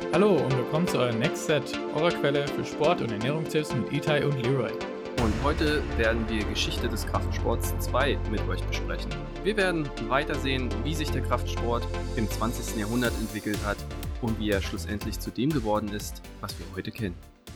Hallo und willkommen zu eurem Next Set, eurer Quelle für Sport- und Ernährungstipps mit Itai und Leroy. Und heute werden wir Geschichte des Kraftsports 2 mit euch besprechen. Wir werden weitersehen, wie sich der Kraftsport im 20. Jahrhundert entwickelt hat und wie er schlussendlich zu dem geworden ist, was wir heute kennen.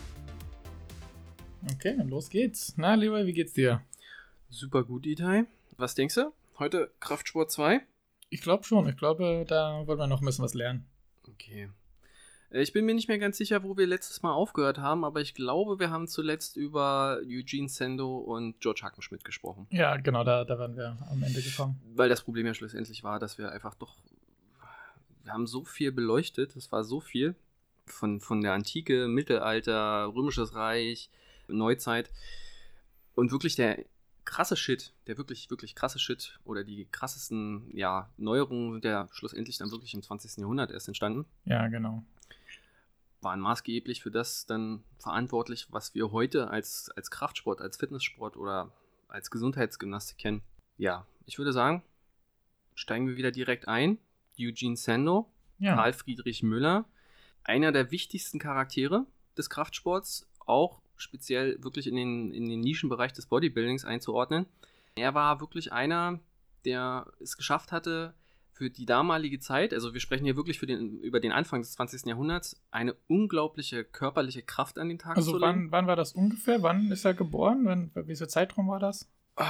Okay, dann los geht's. Na, Leroy, wie geht's dir? Super gut, Itai. Was denkst du? Heute Kraftsport 2? Ich glaube schon. Ich glaube, da wollen wir noch ein bisschen was lernen. Okay. Ich bin mir nicht mehr ganz sicher, wo wir letztes Mal aufgehört haben, aber ich glaube, wir haben zuletzt über Eugene Sando und George Hackenschmidt gesprochen. Ja, genau, da waren wir am Ende gekommen. Weil das Problem ja schlussendlich war, dass wir einfach wir haben so viel beleuchtet, es war so viel von der Antike, Mittelalter, Römisches Reich, Neuzeit und wirklich der krasse Shit, der wirklich, wirklich krasse Shit oder die krassesten Neuerungen sind ja schlussendlich dann wirklich im 20. Jahrhundert erst entstanden. Ja, genau. Waren maßgeblich für das dann verantwortlich, was wir heute als Kraftsport, als Fitnesssport oder als Gesundheitsgymnastik kennen. Ja, ich würde sagen, steigen wir wieder direkt ein. Eugene Sando, Ja. Karl Friedrich Müller, einer der wichtigsten Charaktere des Kraftsports, auch speziell wirklich in den Nischenbereich des Bodybuildings einzuordnen. Er war wirklich einer, der es geschafft hatte, für die damalige Zeit, also wir sprechen hier wirklich über den Anfang des 20. Jahrhunderts, eine unglaubliche körperliche Kraft an den Tag zu legen. Also wann war das ungefähr? Wann ist er geboren? Wie viel Zeitraum war das?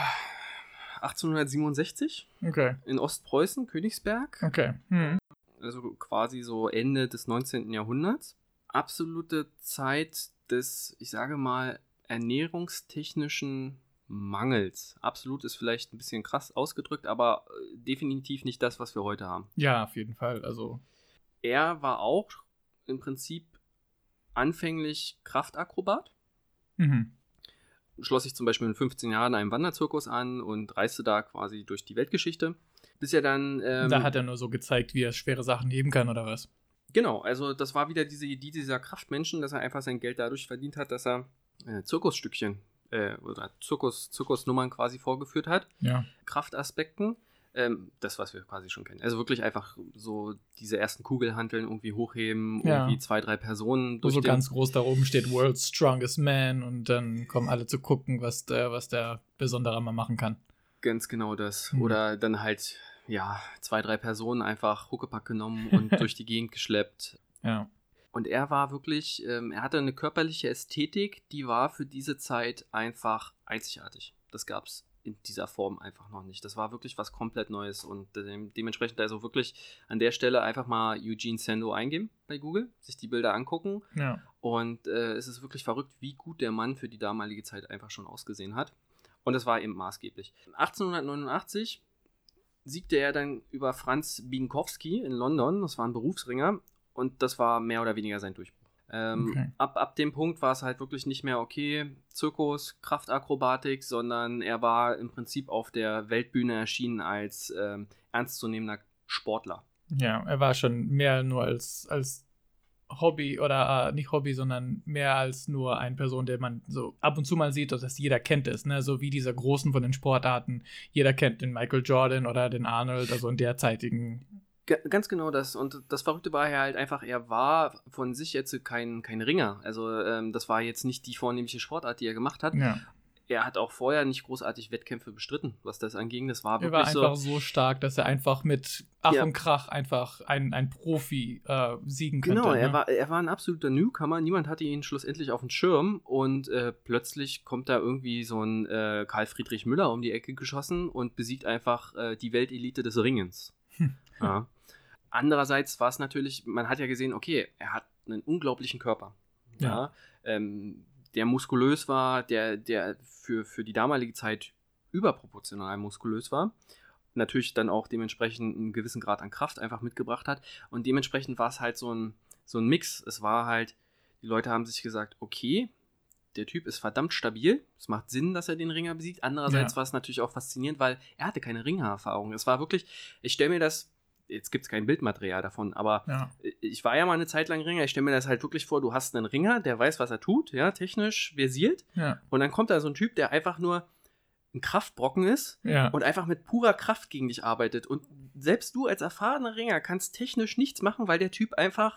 1867 Okay. in Ostpreußen, Königsberg. Okay. Also quasi so Ende des 19. Jahrhunderts. Absolute Zeit des, ich sage mal, ernährungstechnischen Mangels. Absolut ist vielleicht ein bisschen krass ausgedrückt, aber definitiv nicht das, was wir heute haben. Ja, auf jeden Fall. Also. Er war auch im Prinzip anfänglich Kraftakrobat. Schloss sich zum Beispiel in 15 Jahren einem Wanderzirkus an und reiste da quasi durch die Weltgeschichte. Bis er dann... da hat er nur so gezeigt, wie er schwere Sachen heben kann, oder was? Genau, also das war wieder diese Idee dieser Kraftmenschen, dass er einfach sein Geld dadurch verdient hat, dass er Zirkusstückchen oder Zirkusnummern quasi vorgeführt hat. Ja. Kraftaspekten. Das, was wir quasi schon kennen. Also wirklich einfach so diese ersten Kugelhanteln irgendwie hochheben, irgendwie 2, 3 Personen. Wo so ganz groß da oben steht World's Strongest Man und dann kommen alle zu gucken, was der Besondere mal machen kann. Ganz genau das. Oder dann halt, 2, 3 Personen einfach Huckepack genommen und durch die Gegend geschleppt. Ja. Und er war wirklich, er hatte eine körperliche Ästhetik, die war für diese Zeit einfach einzigartig. Das gab es in dieser Form einfach noch nicht. Das war wirklich was komplett Neues und dementsprechend also wirklich an der Stelle einfach mal Eugene Sando eingeben bei Google, sich die Bilder angucken und es ist wirklich verrückt, wie gut der Mann für die damalige Zeit einfach schon ausgesehen hat und das war eben maßgeblich. 1889 siegte er dann über Franz Bienkowski in London, das war ein Berufsringer und das war mehr oder weniger sein Durchbruch. Okay. Ab dem Punkt war es halt wirklich nicht mehr Zirkus, Kraftakrobatik, sondern er war im Prinzip auf der Weltbühne erschienen als ernstzunehmender Sportler. Ja, er war schon mehr nur als Hobby oder nicht Hobby, sondern mehr als nur eine Person, der man so ab und zu mal sieht, dass jeder kennt es, ne? So wie diese Großen von den Sportarten. Jeder kennt den Michael Jordan oder den Arnold, also in derzeitigen. Ganz genau das. Und das Verrückte war ja halt einfach, er war von sich jetzt kein Ringer. Also das war jetzt nicht die vornehmliche Sportart, die er gemacht hat. Ja. Er hat auch vorher nicht großartig Wettkämpfe bestritten, was das anging. Das war wirklich er war einfach so stark, dass er einfach mit Ach und Krach einfach ein Profi siegen könnte. Genau, ne? er war ein absoluter Newcomer. Niemand hatte ihn schlussendlich auf dem Schirm. Und plötzlich kommt da irgendwie so ein Karl Friedrich Müller um die Ecke geschossen und besiegt einfach die Weltelite des Ringens. Ja. Andererseits war es natürlich, man hat ja gesehen, okay, er hat einen unglaublichen Körper. Ja. Der muskulös war, der für die damalige Zeit überproportional muskulös war. Natürlich dann auch dementsprechend einen gewissen Grad an Kraft einfach mitgebracht hat. Und dementsprechend war es halt so ein Mix. Es war halt, die Leute haben sich gesagt, okay, der Typ ist verdammt stabil. Es macht Sinn, dass er den Ringer besiegt. Andererseits war es natürlich auch faszinierend, weil er hatte keine Ringererfahrung. Es war wirklich, ich stelle mir das, jetzt gibt es kein Bildmaterial davon, aber ich war ja mal eine Zeit lang Ringer, ich stelle mir das halt wirklich vor, du hast einen Ringer, der weiß, was er tut, ja, technisch versiert, und dann kommt da so ein Typ, der einfach nur ein Kraftbrocken ist und einfach mit purer Kraft gegen dich arbeitet und selbst du als erfahrener Ringer kannst technisch nichts machen, weil der Typ einfach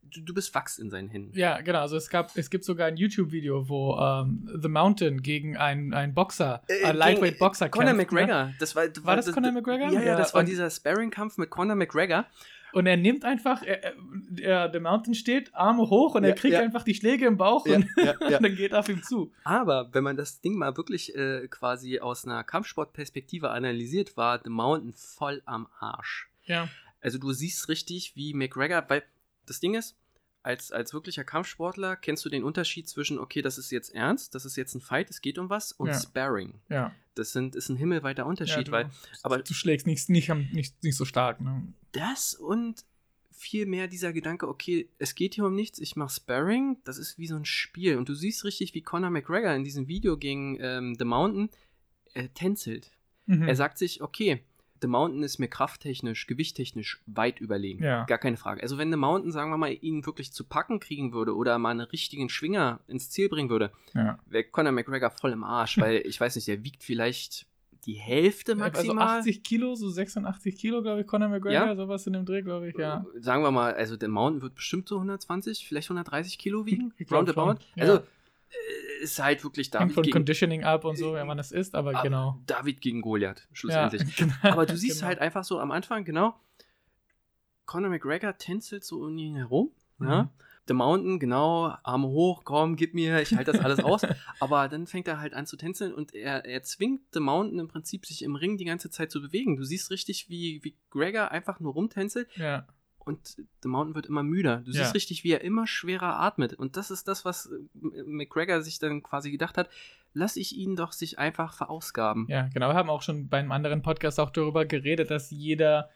du bist Wachs in seinen Händen. Ja, genau. Also es gibt sogar ein YouTube-Video, wo The Mountain gegen einen Boxer, Lightweight-Boxer Conor kämpft. McGregor. Ne? War das Conor McGregor? Ja, das war dieser Sparring-Kampf mit Conor McGregor. Und er nimmt einfach, The Mountain steht, Arme hoch und er kriegt einfach die Schläge im Bauch und dann geht er auf ihm zu. Aber wenn man das Ding mal wirklich quasi aus einer Kampfsportperspektive analysiert, war The Mountain voll am Arsch. Ja. Also du siehst richtig, wie McGregor, weil das Ding ist, als wirklicher Kampfsportler kennst du den Unterschied zwischen, okay, das ist jetzt ernst, das ist jetzt ein Fight, es geht um was, und Sparring. Ja. Das ist ein himmelweiter Unterschied, aber du schlägst nicht so stark. Ne? Das und vielmehr dieser Gedanke, okay, es geht hier um nichts, ich mache Sparring, das ist wie so ein Spiel. Und du siehst richtig, wie Conor McGregor in diesem Video gegen The Mountain tänzelt. Er sagt sich, okay, The Mountain ist mir krafttechnisch, gewichttechnisch weit überlegen. Ja. Gar keine Frage. Also wenn The Mountain, sagen wir mal, ihn wirklich zu packen kriegen würde oder mal einen richtigen Schwinger ins Ziel bringen würde, wäre Conor McGregor voll im Arsch, weil ich weiß nicht, der wiegt vielleicht die Hälfte maximal. Also 80 Kilo, so 86 Kilo, glaube ich, Conor McGregor, sowas in dem Dreh, glaube ich, ja. Sagen wir mal, also The Mountain wird bestimmt so 120, vielleicht 130 Kilo wiegen. Roundabout. Also ist halt wirklich David von Conditioning ab und so, wenn man das ist, aber genau. David gegen Goliath, schlussendlich. Ja, genau, aber du siehst halt einfach so am Anfang, Conor McGregor tänzelt so um ihn herum, ja. The Mountain, genau, Arme hoch, komm, gib mir, ich halte das alles aus. Aber dann fängt er halt an zu tänzeln und er zwingt The Mountain im Prinzip, sich im Ring die ganze Zeit zu bewegen. Du siehst richtig, wie Gregor einfach nur rumtänzelt. Ja. Und The Mountain wird immer müder. Du siehst richtig, wie er immer schwerer atmet. Und das ist das, was McGregor sich dann quasi gedacht hat, lass ich ihn doch sich einfach verausgaben. Ja, genau. Wir haben auch schon bei einem anderen Podcast auch darüber geredet, dass jeder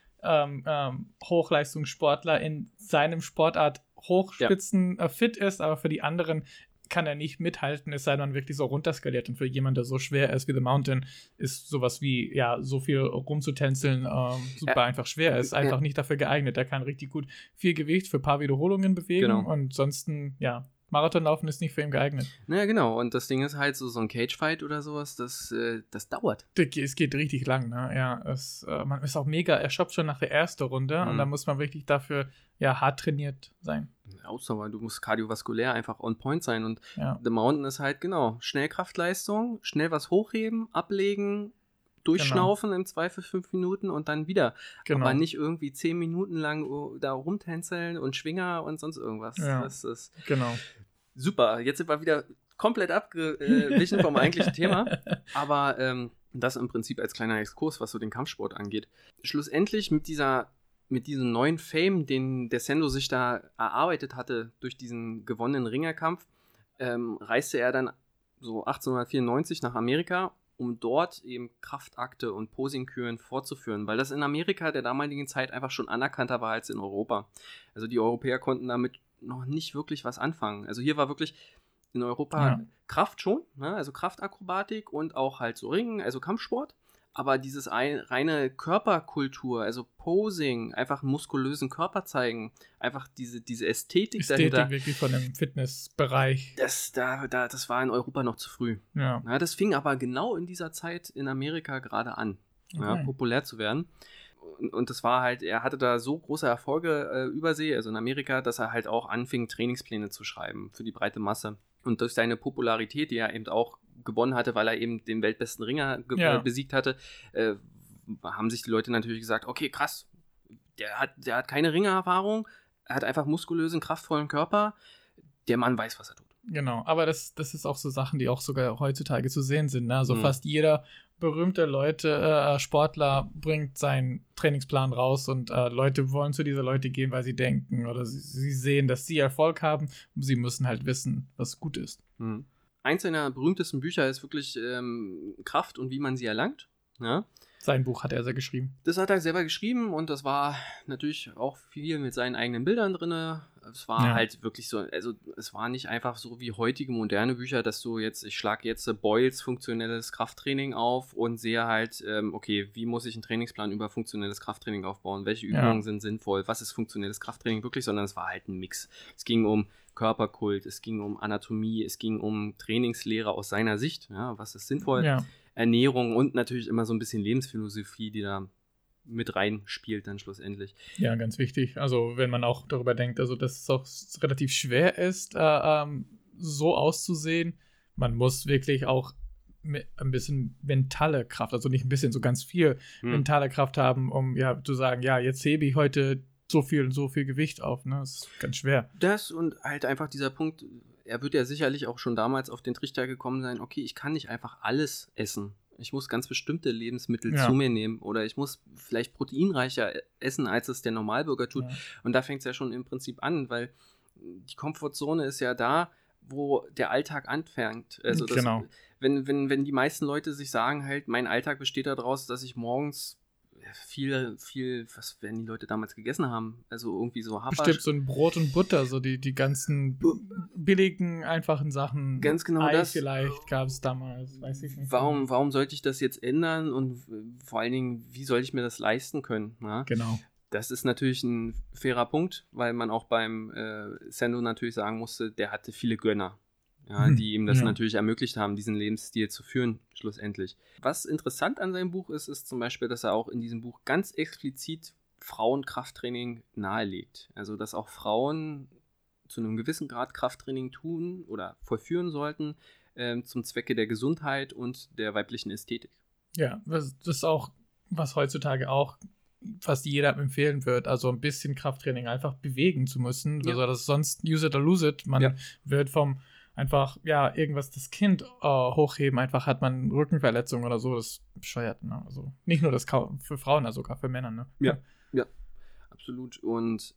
Hochleistungssportler in seinem Sportart Hochspitzen fit ist, aber für die anderen kann er nicht mithalten, es sei denn, man wirklich so runterskaliert. Und für jemanden, der so schwer ist wie The Mountain, ist sowas wie, so viel rumzutänzeln super einfach schwer. Er ist einfach nicht dafür geeignet. Er kann richtig gut viel Gewicht für ein paar Wiederholungen bewegen und ansonsten, Marathonlaufen ist nicht für ihn geeignet. Naja, genau. Und das Ding ist halt so ein Cage-Fight oder sowas, das dauert. Es geht richtig lang, ne? Ja, man ist auch mega erschöpft schon nach der ersten Runde und da muss man wirklich dafür hart trainiert sein. Ausdauer, du musst kardiovaskulär einfach on point sein und The Mountain ist halt, Schnellkraftleistung, schnell was hochheben, ablegen, durchschnaufen, im Zweifel 5 Minuten und dann wieder. Aber nicht irgendwie 10 Minuten lang da rumtänzeln und Schwinger und sonst irgendwas. Ja. Das ist super. Jetzt sind wir wieder komplett abgewichen vom eigentlichen Thema. Aber das im Prinzip als kleiner Exkurs, was so den Kampfsport angeht. Schlussendlich mit diesem neuen Fame, den der Sendo sich da erarbeitet hatte durch diesen gewonnenen Ringerkampf, reiste er dann so 1894 nach Amerika, um dort eben Kraftakte und Posingküren fortzuführen, weil das in Amerika der damaligen Zeit einfach schon anerkannter war als in Europa. Also die Europäer konnten damit noch nicht wirklich was anfangen. Also hier war wirklich in Europa Kraft schon, ne? Also Kraftakrobatik und auch halt so Ringen, also Kampfsport. Aber dieses reine Körperkultur, also Posing, einfach einen muskulösen Körper zeigen, einfach diese Ästhetik dahinter. Wirklich von dem Fitnessbereich. Das war in Europa noch zu früh. Ja. Das fing aber genau in dieser Zeit in Amerika gerade an, populär zu werden. Und das war halt, er hatte da so große Erfolge übersee, also in Amerika, dass er halt auch anfing, Trainingspläne zu schreiben für die breite Masse. Und durch seine Popularität, die er eben auch gewonnen hatte, weil er eben den weltbesten Ringer besiegt hatte, haben sich die Leute natürlich gesagt, okay, krass, der hat keine Ringererfahrung, er hat einfach muskulösen, kraftvollen Körper, der Mann weiß, was er tut. Genau, aber das ist auch so Sachen, die auch sogar heutzutage zu sehen sind. Ne? Also fast jeder berühmte Sportler bringt seinen Trainingsplan raus und Leute wollen zu dieser Leute gehen, weil sie denken oder sie sehen, dass sie Erfolg haben und sie müssen halt wissen, was gut ist. Eins seiner berühmtesten Bücher ist wirklich Kraft und wie man sie erlangt. Ja? Sein Buch hat er selber geschrieben. Das hat er selber geschrieben und das war natürlich auch viel mit seinen eigenen Bildern drin. Es war halt wirklich so, also es war nicht einfach so wie heutige moderne Bücher, dass ich schlage jetzt Boyles funktionelles Krafttraining auf und sehe halt, okay, wie muss ich einen Trainingsplan über funktionelles Krafttraining aufbauen? Welche Übungen sind sinnvoll? Was ist funktionelles Krafttraining wirklich? Sondern es war halt ein Mix. Es ging um Körperkult, es ging um Anatomie, es ging um Trainingslehre aus seiner Sicht. Ja, was ist sinnvoll? Ernährung und natürlich immer so ein bisschen Lebensphilosophie, die da mit reinspielt dann schlussendlich. Ja, ganz wichtig. Also wenn man auch darüber denkt, also dass es auch relativ schwer ist, so auszusehen, man muss wirklich auch ein bisschen mentale Kraft, also nicht ein bisschen, so ganz viel mentale Kraft haben, um ja zu sagen, ja, jetzt hebe ich heute so viel und so viel Gewicht auf, ne? Das ist ganz schwer. Das und halt einfach dieser Punkt, er wird ja sicherlich auch schon damals auf den Trichter gekommen sein, okay, ich kann nicht einfach alles essen. Ich muss ganz bestimmte Lebensmittel zu mir nehmen oder ich muss vielleicht proteinreicher essen, als es der Normalbürger tut. Ja. Und da fängt es ja schon im Prinzip an, weil die Komfortzone ist ja da, wo der Alltag anfängt. Also das, genau. Wenn die meisten Leute sich sagen, halt, mein Alltag besteht daraus, dass ich morgens viel, was werden die Leute damals gegessen haben? Also irgendwie so Hafer. Bestimmt so ein Brot und Butter, so die ganzen billigen, einfachen Sachen. Ganz genau Ei das. Vielleicht gab es damals, weiß ich nicht. Warum sollte ich das jetzt ändern und vor allen Dingen, wie soll ich mir das leisten können? Na? Genau. Das ist natürlich ein fairer Punkt, weil man auch beim Sando natürlich sagen musste, der hatte viele Gönner. Ja, die ihm das natürlich ermöglicht haben, diesen Lebensstil zu führen, schlussendlich. Was interessant an seinem Buch ist zum Beispiel, dass er auch in diesem Buch ganz explizit Frauen-Krafttraining nahelegt. Also, dass auch Frauen zu einem gewissen Grad Krafttraining tun oder vollführen sollten, zum Zwecke der Gesundheit und der weiblichen Ästhetik. Ja, das ist auch, was heutzutage auch fast jeder empfehlen wird, also ein bisschen Krafttraining einfach bewegen zu müssen, also das sonst use it or lose it, man wird vom einfach, ja, irgendwas das Kind hochheben, einfach hat man Rückenverletzung oder so, das ist bescheuert, ne? Also nicht nur das für Frauen, also sogar für Männer, ne? Ja, absolut. Und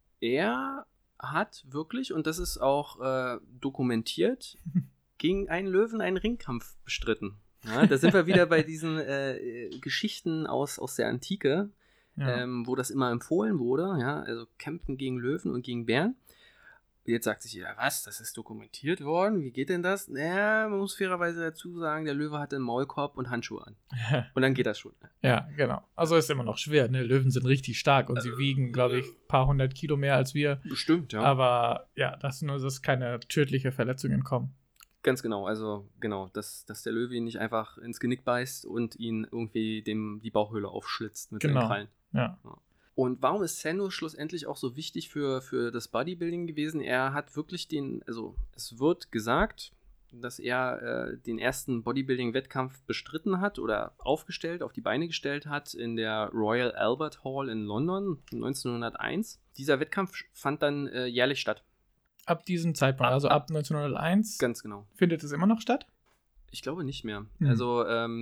er hat wirklich, und das ist auch dokumentiert, gegen einen Löwen einen Ringkampf bestritten. Ja, da sind wir wieder bei diesen Geschichten aus der Antike, wo das immer empfohlen wurde, ja, also kämpfen gegen Löwen und gegen Bären. Jetzt sagt sich jeder, was, das ist dokumentiert worden? Wie geht denn das? Naja, man muss fairerweise dazu sagen, der Löwe hatte einen Maulkorb und Handschuhe an. Und dann geht das schon. Ja, genau. Also ist immer noch schwer, ne? Löwen sind richtig stark und sie wiegen, glaube ich, ein paar 100 Kilo mehr als wir. Bestimmt, ja. Aber ja, dass keine tödliche Verletzungen kommen. Ganz genau, also genau, dass der Löwe ihn nicht einfach ins Genick beißt und ihn irgendwie die Bauchhöhle aufschlitzt mit seinen Krallen. Ja. Und warum ist Sando schlussendlich auch so wichtig für das Bodybuilding gewesen? Er hat wirklich es wird gesagt, dass er den ersten Bodybuilding-Wettkampf bestritten hat oder auf die Beine gestellt hat in der Royal Albert Hall in London 1901. Dieser Wettkampf fand dann jährlich statt. Ab diesem Zeitpunkt, also ab 1901? Ganz genau. Findet es immer noch statt? Ich glaube nicht mehr. Also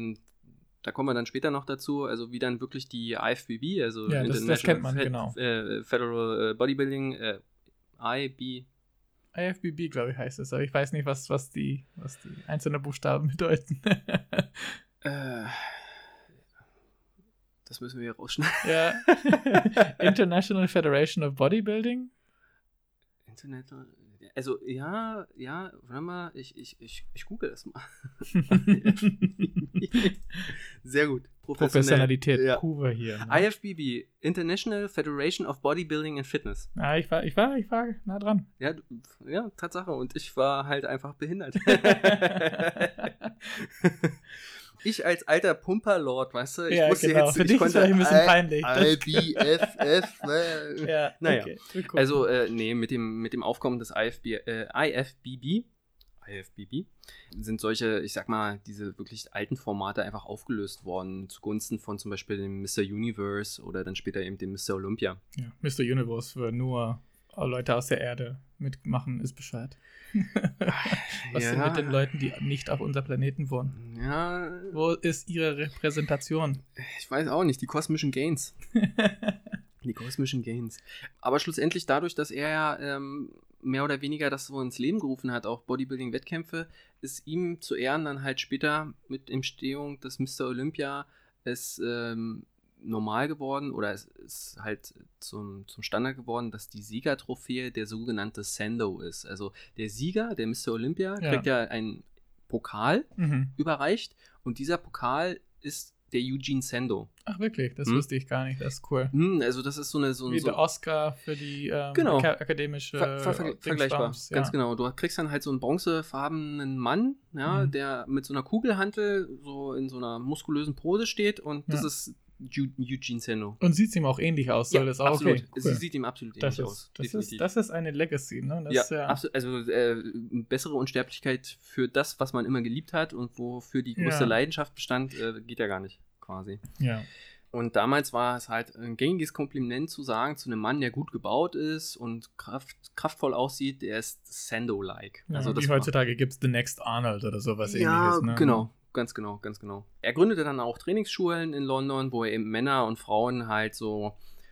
da kommen wir dann später noch dazu, also wie dann wirklich die IFBB, also das kennt man, genau. Federal Bodybuilding, IFBB, glaube ich, heißt es, aber ich weiß nicht, was die einzelnen Buchstaben bedeuten. Das müssen wir hier rausschneiden. Ja. International Federation of Bodybuilding? Also, ja, warte mal, ich google das mal. Sehr gut. Professionalität pure hier. Ne? IFBB, International Federation of Bodybuilding and Fitness. Ja, ich war nah dran. Ja, Tatsache. Und ich war halt einfach behindert. Ich als alter Pumperlord, weißt du, ich wusste genau. jetzt, für dich ist das ein bisschen peinlich. IBFF, ja, naja. Okay. Also, mit dem Aufkommen des IFBB sind solche, ich sag mal, diese wirklich alten Formate einfach aufgelöst worden, zugunsten von zum Beispiel dem Mr. Universe oder dann später eben dem Mr. Olympia. Ja, Mr. Universe für nur Leute aus der Erde mitmachen, ist Bescheid. Was denn mit den Leuten, die nicht auf unserem Planeten wohnen? Ja. Wo ist ihre Repräsentation? Ich weiß auch nicht, die kosmischen Gains. Die kosmischen Gains. Aber schlussendlich dadurch, dass er ja mehr oder weniger das so ins Leben gerufen hat, auch Bodybuilding-Wettkämpfe, ist ihm zu Ehren dann halt später mit Entstehung des Mr. Olympia es normal geworden oder es ist halt zum Standard geworden, dass die Siegertrophäe der sogenannte Sando ist. Also der Sieger, der Mr. Olympia, kriegt ja einen Pokal überreicht und dieser Pokal ist der Eugene Sando. Ach wirklich? Das wusste ich gar nicht. Das ist cool. Also das ist wie der Oscar für die akademische vergleichbar. Ganz genau. Du kriegst dann halt so einen bronzefarbenen Mann, der mit so einer Kugelhantel so in so einer muskulösen Pose steht und das ist Eugene Sendo. Und sieht ihm auch ähnlich aus, soll das auch? Absolut. Okay, cool. Sie sieht ihm absolut ähnlich aus. Das ist eine Legacy, ne? Absolut. Also bessere Unsterblichkeit für das, was man immer geliebt hat und wofür die größte Leidenschaft bestand, geht ja gar nicht, quasi. Ja. Und damals war es halt ein gängiges Kompliment zu sagen zu einem Mann, der gut gebaut ist und kraftvoll aussieht, der ist Sando-like. Ja, also wie heutzutage gibt es The Next Arnold oder sowas ähnliches. Ne? Genau. Ganz genau. Er gründete dann auch Trainingsschulen in London, wo er eben Männer und Frauen halt so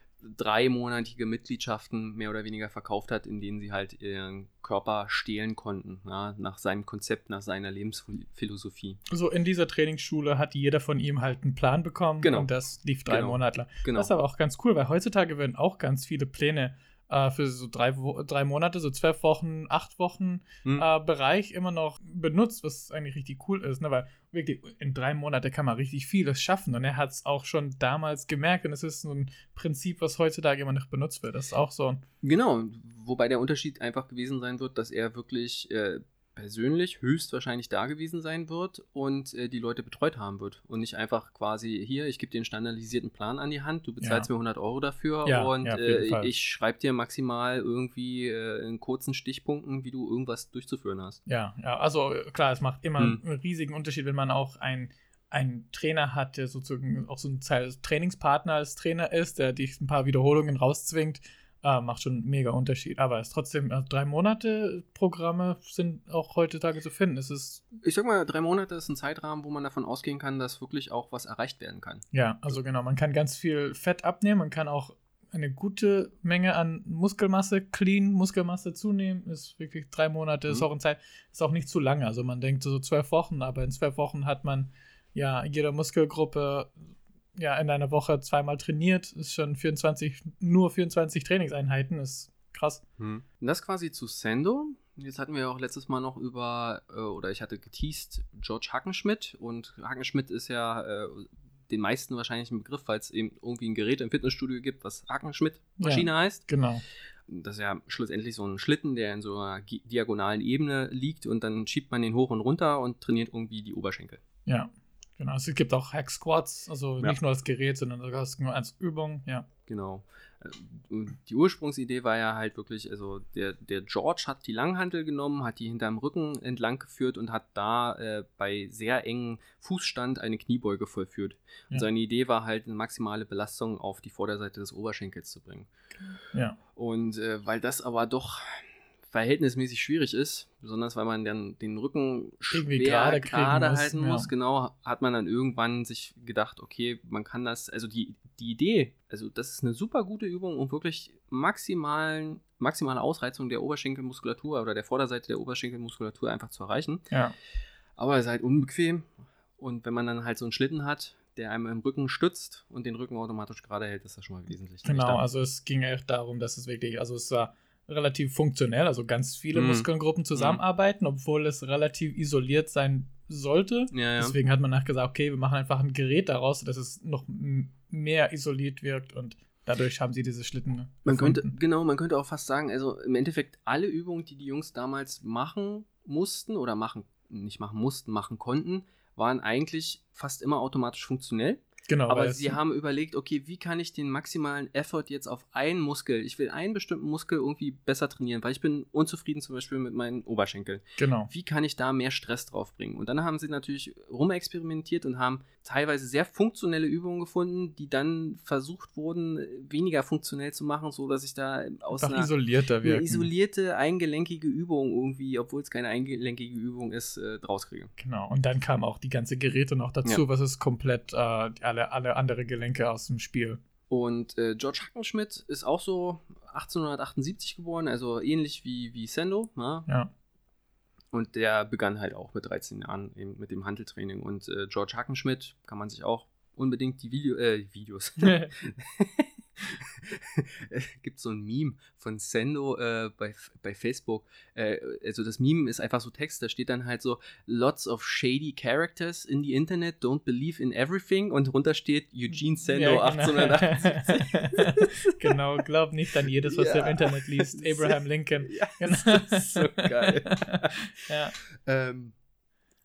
3-monatige Mitgliedschaften mehr oder weniger verkauft hat, in denen sie halt ihren Körper stehlen konnten, ja, nach seinem Konzept, nach seiner Lebensphilosophie. So in dieser Trainingsschule hat jeder von ihm halt einen Plan bekommen und das lief 3 Monate lang. Genau. Das ist aber auch ganz cool, weil heutzutage werden auch ganz viele Pläne für so 3 Monate, so 12 Wochen, 8 Wochen Bereich immer noch benutzt, was eigentlich richtig cool ist, ne? Weil wirklich in 3 Monate kann man richtig vieles schaffen und er hat es auch schon damals gemerkt und es ist so ein Prinzip, was heutzutage immer noch benutzt wird. Das ist auch so. Genau, wobei der Unterschied einfach gewesen sein wird, dass er wirklich persönlich höchstwahrscheinlich da gewesen sein wird und die Leute betreut haben wird und nicht einfach quasi hier, ich gebe dir einen standardisierten Plan an die Hand, du bezahlst mir 100 Euro dafür und ich schreibe dir maximal irgendwie in kurzen Stichpunkten, wie du irgendwas durchzuführen hast. Ja, also klar, es macht immer einen riesigen Unterschied, wenn man auch einen Trainer hat, der sozusagen auch so ein Trainingspartner als Trainer ist, der dich ein paar Wiederholungen rauszwingt. Macht schon einen mega Unterschied. Aber es ist trotzdem, 3 Monate Programme sind auch heutzutage zu finden. Ich sag mal, 3 Monate ist ein Zeitrahmen, wo man davon ausgehen kann, dass wirklich auch was erreicht werden kann. Ja, also genau. Man kann ganz viel Fett abnehmen. Man kann auch eine gute Menge an Muskelmasse zunehmen. Ist wirklich 3 Monate, ist auch in Zeit, ist auch nicht zu lange. Also man denkt so 12 Wochen, aber in 12 Wochen hat man jede Muskelgruppe in einer Woche 2-mal trainiert, ist schon 24 Trainingseinheiten, ist krass. Das quasi zu Sando. Jetzt hatten wir auch letztes Mal noch ich hatte geteased, George Hackenschmidt und Hackenschmidt ist ja den meisten wahrscheinlich ein Begriff, weil es eben irgendwie ein Gerät im Fitnessstudio gibt, was Hackenschmidt-Maschine heißt. Genau. Das ist ja schlussendlich so ein Schlitten, der in so einer diagonalen Ebene liegt und dann schiebt man den hoch und runter und trainiert irgendwie die Oberschenkel. Ja. Genau, es gibt auch Hack Squats, also nicht nur als Gerät, sondern sogar nur als Übung, ja. Genau. Die Ursprungsidee war ja halt wirklich, also der George hat die Langhantel genommen, hat die hinterm Rücken entlang geführt und hat da bei sehr engem Fußstand eine Kniebeuge vollführt. Und seine Idee war halt, eine maximale Belastung auf die Vorderseite des Oberschenkels zu bringen. Ja. Und weil das aber doch verhältnismäßig schwierig ist, besonders weil man dann den Rücken schwer gerade halten muss, genau, hat man dann irgendwann sich gedacht, okay, man kann das, also die Idee, also das ist eine super gute Übung, um wirklich maximale Ausreizung der Oberschenkelmuskulatur oder der Vorderseite der Oberschenkelmuskulatur einfach zu erreichen. Ja. Aber es ist halt unbequem und wenn man dann halt so einen Schlitten hat, der einem im Rücken stützt und den Rücken automatisch gerade hält, ist das schon mal wesentlich. Genau, also es ging echt darum, dass es wirklich, also es war relativ funktionell, also ganz viele Muskelgruppen zusammenarbeiten, obwohl es relativ isoliert sein sollte. Ja. Deswegen hat man nachgesagt, okay, wir machen einfach ein Gerät daraus, dass es noch mehr isoliert wirkt und dadurch haben sie diese Schlitten gefunden. Man könnte auch fast sagen, also im Endeffekt alle Übungen, die Jungs damals machen mussten oder machen konnten, waren eigentlich fast immer automatisch funktionell. Genau. Aber sie haben überlegt, okay, wie kann ich den maximalen Effort jetzt auf einen Muskel, ich will einen bestimmten Muskel irgendwie besser trainieren, weil ich bin unzufrieden zum Beispiel mit meinen Oberschenkeln. Genau. Wie kann ich da mehr Stress drauf bringen? Und dann haben sie natürlich rumexperimentiert und haben teilweise sehr funktionelle Übungen gefunden, die dann versucht wurden, weniger funktionell zu machen, so dass ich da aus einer isolierte, eingelenkige Übung irgendwie, obwohl es keine eingelenkige Übung ist, draus kriege. Genau. Und dann kamen auch die ganzen Geräte noch dazu, was ist komplett alle andere Gelenke aus dem Spiel. Und George Hackenschmidt ist auch so 1878 geboren, also ähnlich wie Sando. Ja. Und der begann halt auch mit 13 Jahren eben mit dem Hanteltraining. Und George Hackenschmidt kann man sich auch unbedingt die Videos. Es gibt so ein Meme von Sando bei Facebook. Also das Meme ist einfach so Text, da steht dann halt so lots of shady characters in the internet, don't believe in everything und drunter steht Eugene Sando 1878. Genau, glaub nicht an jedes, was du im Internet liest. Abraham Lincoln. Ja, das ist so geil. Ja.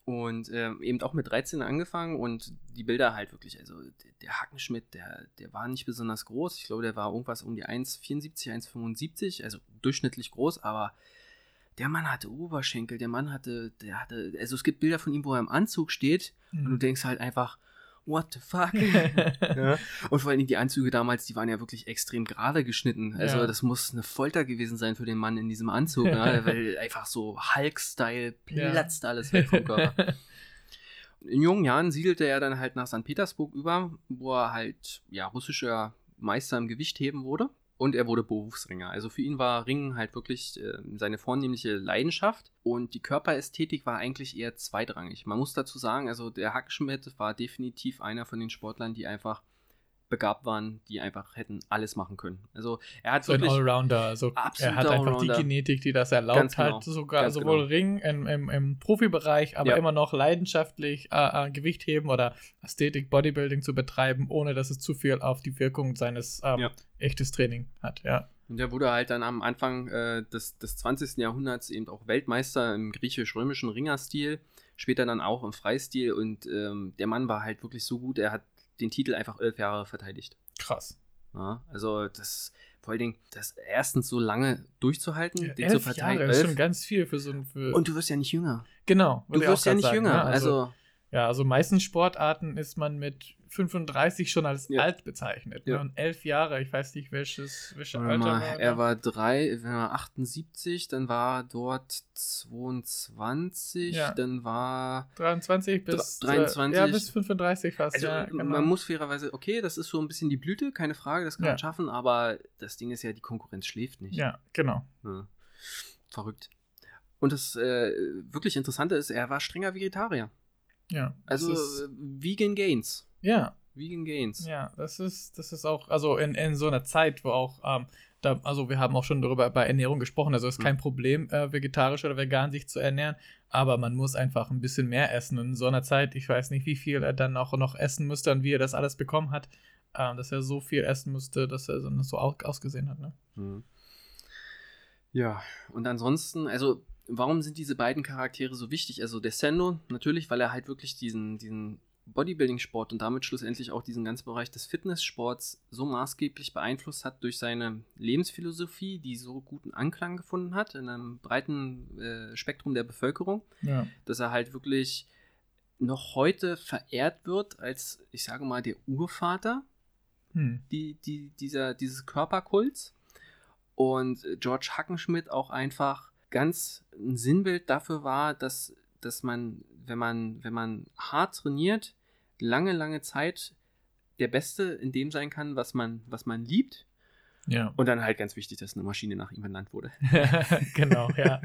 Und eben auch mit 13 angefangen und die Bilder halt wirklich, also der Hackenschmidt, der war nicht besonders groß. Ich glaube, der war irgendwas um die 1,74, 1,75, also durchschnittlich groß, aber der Mann hatte Oberschenkel, also es gibt Bilder von ihm, wo er im Anzug steht und du denkst halt einfach, what the fuck? Ja. Und vor allem die Anzüge damals, die waren ja wirklich extrem gerade geschnitten. Also das muss eine Folter gewesen sein für den Mann in diesem Anzug, ne? Weil einfach so Hulk-Style platzt alles weg vom Körper. In jungen Jahren siedelte er dann halt nach St. Petersburg über, wo er halt russischer Meister im Gewichtheben wurde. Und er wurde Berufsringer. Also für ihn war Ringen halt wirklich seine vornehmliche Leidenschaft. Und die Körperästhetik war eigentlich eher zweitrangig. Man muss dazu sagen, also der Hackenschmidt war definitiv einer von den Sportlern, die einfach begabt waren, die einfach hätten alles machen können. Also er hat so ein Allrounder. Also er hat einfach die Genetik, die das erlaubt hat, sogar sowohl Ring im Profibereich, aber immer noch leidenschaftlich Gewichtheben oder Ästhetik, Bodybuilding zu betreiben, ohne dass es zu viel auf die Wirkung seines echtes Training hat. Ja. Und er wurde halt dann am Anfang des 20. Jahrhunderts eben auch Weltmeister im griechisch-römischen Ringerstil, später dann auch im Freistil und der Mann war halt wirklich so gut, er hat den Titel einfach 11 Jahre verteidigt. Krass. Ja, also das, vor allen Dingen, das erstens so lange durchzuhalten, den 11 zu verteidigen. Jahre ist schon ganz viel für so ein... Und du wirst ja nicht jünger. Genau. Du wirst ja nicht jünger. Ne? Also meisten Sportarten ist man mit 35 schon als alt bezeichnet. Ne? Und 11 Jahre, ich weiß nicht, welche Alter war. Er war 78, dann war dort 22, dann war 23 bis 23. Bis 35 fast. Also man muss fairerweise, okay, das ist so ein bisschen die Blüte, keine Frage, das kann man schaffen, aber das Ding ist ja, die Konkurrenz schläft nicht. Ja, genau. Ja. Verrückt. Und das wirklich Interessante ist, er war strenger Vegetarier. Ja. Also Vegan Gains. Ja. Vegan Gains. Ja, das ist auch, also in so einer Zeit, wo auch, also wir haben auch schon darüber bei Ernährung gesprochen, also es ist kein Problem, vegetarisch oder vegan sich zu ernähren, aber man muss einfach ein bisschen mehr essen. Und in so einer Zeit, ich weiß nicht, wie viel er dann auch noch essen musste und wie er das alles bekommen hat, dass er so viel essen musste, dass er so ausgesehen hat. Ne? Mhm. Ja, und ansonsten, also warum sind diese beiden Charaktere so wichtig? Also der Sendo, natürlich, weil er halt wirklich diesen Bodybuilding-Sport und damit schlussendlich auch diesen ganzen Bereich des Fitnesssports so maßgeblich beeinflusst hat durch seine Lebensphilosophie, die so guten Anklang gefunden hat in einem breiten Spektrum der Bevölkerung, dass er halt wirklich noch heute verehrt wird als, ich sage mal, der Urvater dieses Körperkults. Und George Hackenschmidt auch einfach ganz ein Sinnbild dafür war, dass man, wenn man hart trainiert, lange Zeit der Beste in dem sein kann, was man liebt. Ja. Und dann halt ganz wichtig, dass eine Maschine nach ihm benannt wurde. Genau, ja.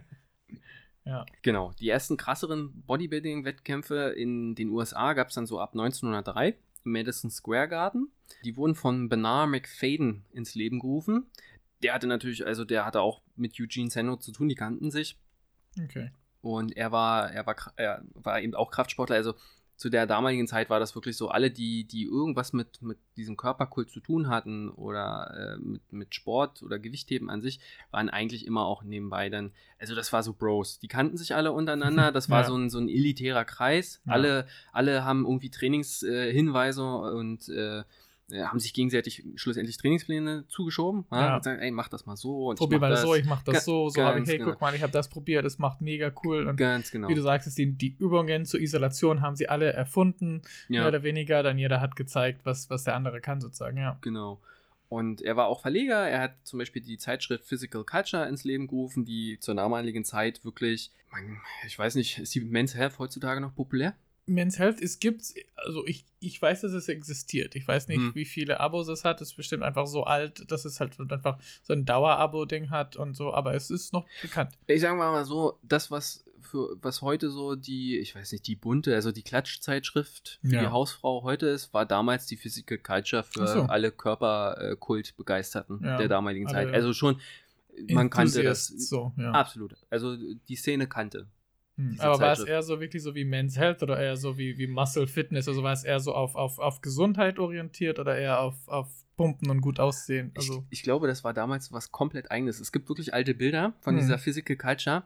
Ja. Genau. Die ersten krasseren Bodybuilding-Wettkämpfe in den USA gab es dann so ab 1903 im Madison Square Garden. Die wurden von Bernard McFadden ins Leben gerufen. Der hatte auch mit Eugene Sendo zu tun, die kannten sich. Okay. Und er war eben auch Kraftsportler, also zu der damaligen Zeit war das wirklich so, alle, die irgendwas mit diesem Körperkult zu tun hatten oder mit Sport oder Gewichtheben an sich, waren eigentlich immer auch nebenbei dann, also das war so Bros, die kannten sich alle untereinander, das war so ein elitärer Kreis, alle haben irgendwie Trainingshinweise und haben sich gegenseitig schlussendlich Trainingspläne zugeschoben und sagen, ey, mach das mal so. Und probier mal das so, ich mach das so habe ich, hey, guck mal, ich habe das probiert, das macht mega cool. Und ganz genau. Wie du sagst, die Übungen zur Isolation haben sie alle erfunden, mehr oder weniger, dann jeder hat gezeigt, was der andere kann sozusagen, ja. Genau. Und er war auch Verleger, er hat zum Beispiel die Zeitschrift Physical Culture ins Leben gerufen, die zur damaligen Zeit wirklich, ich weiß nicht, ist die Men's Health heutzutage noch populär? Men's Health, also ich weiß, dass es existiert. Ich weiß nicht, wie viele Abos es hat. Es ist bestimmt einfach so alt, dass es halt einfach so ein Dauer-Abo-Ding hat und so, aber es ist noch bekannt. Ich sage mal so, das, was heute so die bunte, also die Klatschzeitschrift für die Hausfrau heute ist, war damals die Physical Culture für alle Körperkult-Begeisterten der damaligen Zeit. Also schon, man kannte das. So, absolut. Also die Szene kannte. Aber war es eher so wirklich so wie Men's Health oder eher so wie Muscle Fitness? Also war es eher so auf Gesundheit orientiert oder eher auf Pumpen und gut aussehen? Also ich glaube, das war damals was komplett Eigenes. Es gibt wirklich alte Bilder von dieser Physical Culture,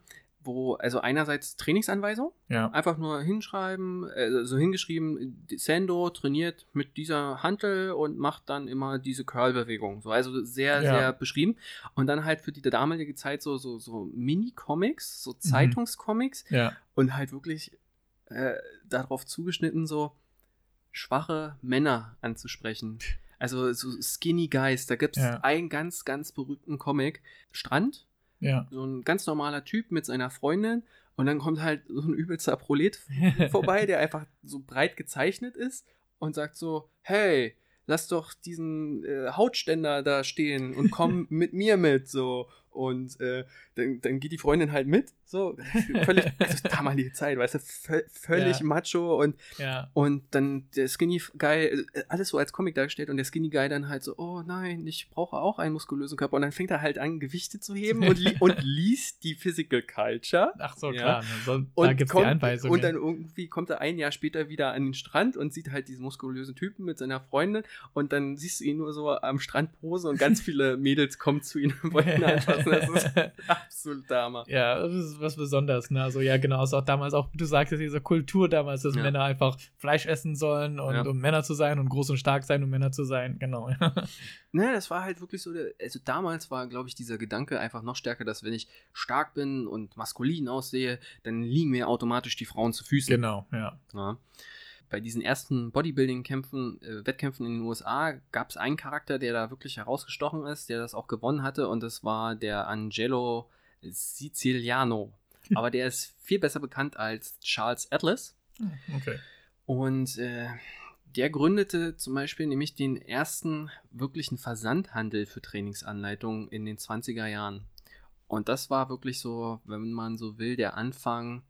wo, also einerseits Trainingsanweisung, Ja. einfach nur hinschreiben, so hingeschrieben, Sando trainiert mit dieser Hantel und macht dann immer diese Curl-Bewegung. So, also sehr, Ja. sehr beschrieben. Und dann halt für die damalige Zeit so Mini-Comics, so Zeitungscomics Ja. und halt wirklich darauf zugeschnitten, so schwache Männer anzusprechen. Also so Skinny Guys. Da gibt es Ja. einen ganz, ganz berühmten Comic. Strand, Ja. so ein ganz normaler Typ mit seiner Freundin und dann kommt halt so ein übelster Prolet vorbei, der einfach so breit gezeichnet ist und sagt so, hey, lass doch diesen Hautständer da stehen und komm mit mir mit, so. Und dann geht die Freundin halt mit, so, völlig, also damalige Zeit, weißt du, völlig Ja. macho und Ja. dann der Skinny Guy, alles so als Comic dargestellt und der Skinny Guy dann halt so, oh nein, ich brauche auch einen muskulösen Körper und dann fängt er halt an, Gewichte zu heben und liest die Physical Culture. Ach so, Ja. klar. Ne? So, da Und gibt es die kommt, Anweisungen. und dann irgendwie kommt er ein Jahr später wieder an den Strand und sieht halt diesen muskulösen Typen mit seiner Freundin und dann siehst du ihn nur so am Strand posen und ganz viele Mädels kommen zu ihm und wollen ihn anfassen. Das ist absolut Hammer. Ja, das ist was Besonderes, ne? Also ja, genau, ist auch damals auch, du sagtest, diese Kultur damals, dass Ja. Männer einfach Fleisch essen sollen und Ja. um Männer zu sein und groß und stark sein, um Männer zu sein, genau. Ne, das war halt wirklich so, also damals war, glaube ich, dieser Gedanke einfach noch stärker, dass wenn ich stark bin und maskulin aussehe, dann liegen mir automatisch die Frauen zu Füßen. Genau, ja. Ja. Bei diesen ersten Bodybuilding-Kämpfen, Wettkämpfen in den USA gab es einen Charakter, der da wirklich herausgestochen ist, der das auch gewonnen hatte und das war der Angelo Siciliano. Aber der ist viel besser bekannt als Charles Atlas Okay. und der gründete zum Beispiel nämlich den ersten wirklichen Versandhandel für Trainingsanleitungen in den 20er Jahren. Und das war wirklich so, wenn man so will, der Anfang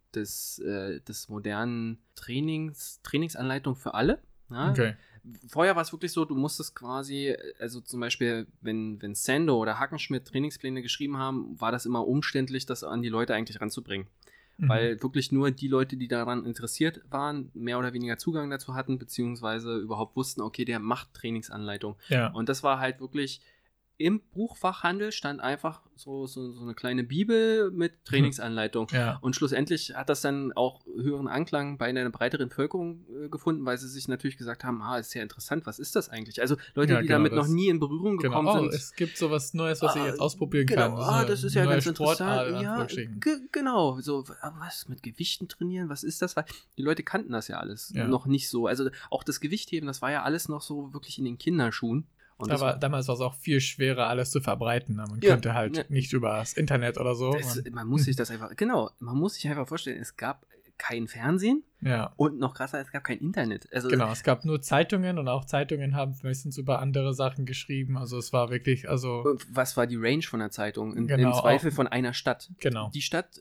des modernen Trainingsanleitung für alle. Ja? Okay. Vorher war es wirklich so, du musstest quasi, also zum Beispiel, wenn Sando oder Hackenschmidt Trainingspläne geschrieben haben, war das immer umständlich, das an die Leute eigentlich ranzubringen. Mhm. Weil wirklich nur die Leute, die daran interessiert waren, mehr oder weniger Zugang dazu hatten, beziehungsweise überhaupt wussten, okay, der macht Trainingsanleitung. Ja. Und das war halt wirklich, im Buchfachhandel stand einfach so eine kleine Bibel mit Trainingsanleitung. Ja. Und schlussendlich hat das dann auch höheren Anklang bei einer breiteren Bevölkerung gefunden, weil sie sich natürlich gesagt haben, ist ja interessant, was ist das eigentlich? Also Leute, Ja, die genau, damit das- noch nie in Berührung gekommen Genau. Oh, sind. es gibt sowas Neues, was ich jetzt ausprobieren Genau, kann. das ist ja eine neue ganz interessant. Sportart, in Ja, Anführungsstrichen. genau, so, was mit Gewichten trainieren, was ist das? Weil die Leute kannten das ja alles Ja. noch nicht so. Also auch das Gewichtheben, das war ja alles noch so wirklich in den Kinderschuhen. Und das Aber damals war es auch viel schwerer, alles zu verbreiten. Ne? Man Ja, konnte halt ja. nicht über das Internet oder so. man muss sich das einfach, genau, man muss sich einfach vorstellen, es gab kein Fernsehen Ja. und noch krasser, es gab kein Internet. Also Genau, es gab nur Zeitungen und auch Zeitungen haben meistens über andere Sachen geschrieben. Also es war wirklich, also was war die Range von der Zeitung? Im Genau, Zweifel auch- von einer Stadt. genau. Die Stadt,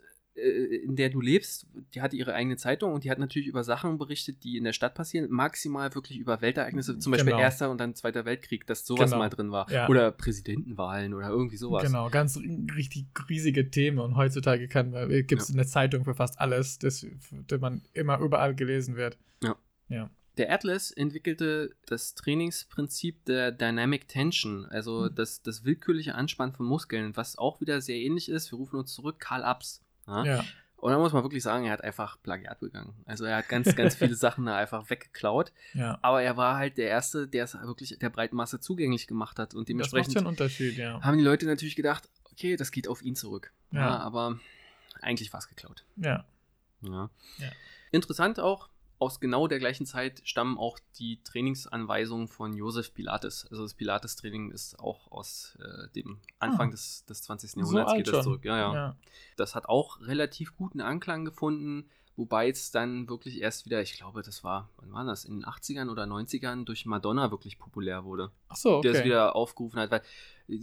in der du lebst, die hatte ihre eigene Zeitung und die hat natürlich über Sachen berichtet, die in der Stadt passieren, maximal wirklich über Weltereignisse, zum Beispiel Genau. Erster und dann Zweiter Weltkrieg, dass sowas Genau. mal drin war. Ja. Oder Präsidentenwahlen oder irgendwie sowas. Genau, ganz richtig riesige Themen. Und heutzutage gibt es eine Zeitung für fast alles, das man immer überall gelesen wird. Ja. Ja. Der Atlas entwickelte das Trainingsprinzip der Dynamic Tension, also das willkürliche Anspannen von Muskeln, was auch wieder sehr ähnlich ist. Wir rufen uns zurück, Karl Apps. Ja? Ja. Und da muss man wirklich sagen, er hat einfach Plagiat begangen. Also er hat ganz, ganz viele Sachen da einfach weggeklaut. Ja. Aber er war halt der Erste, der es wirklich der breiten Masse zugänglich gemacht hat. Und Das macht dementsprechend schon einen Unterschied, ja. haben die Leute natürlich gedacht, okay, das geht auf ihn zurück. Ja. Aber eigentlich war es geklaut. Ja. Ja. Ja. Interessant auch, aus genau der gleichen Zeit stammen auch die Trainingsanweisungen von Josef Pilates. Also das Pilates-Training ist auch aus dem Anfang des 20. Jahrhunderts alt geht das schon. zurück. Ja. Ja. Das hat auch relativ guten Anklang gefunden, wobei es dann wirklich erst wieder, ich glaube, das war, wann war das, in den 80ern oder 90ern durch Madonna wirklich populär wurde. Ach so, Der es okay. wieder aufgerufen hat, weil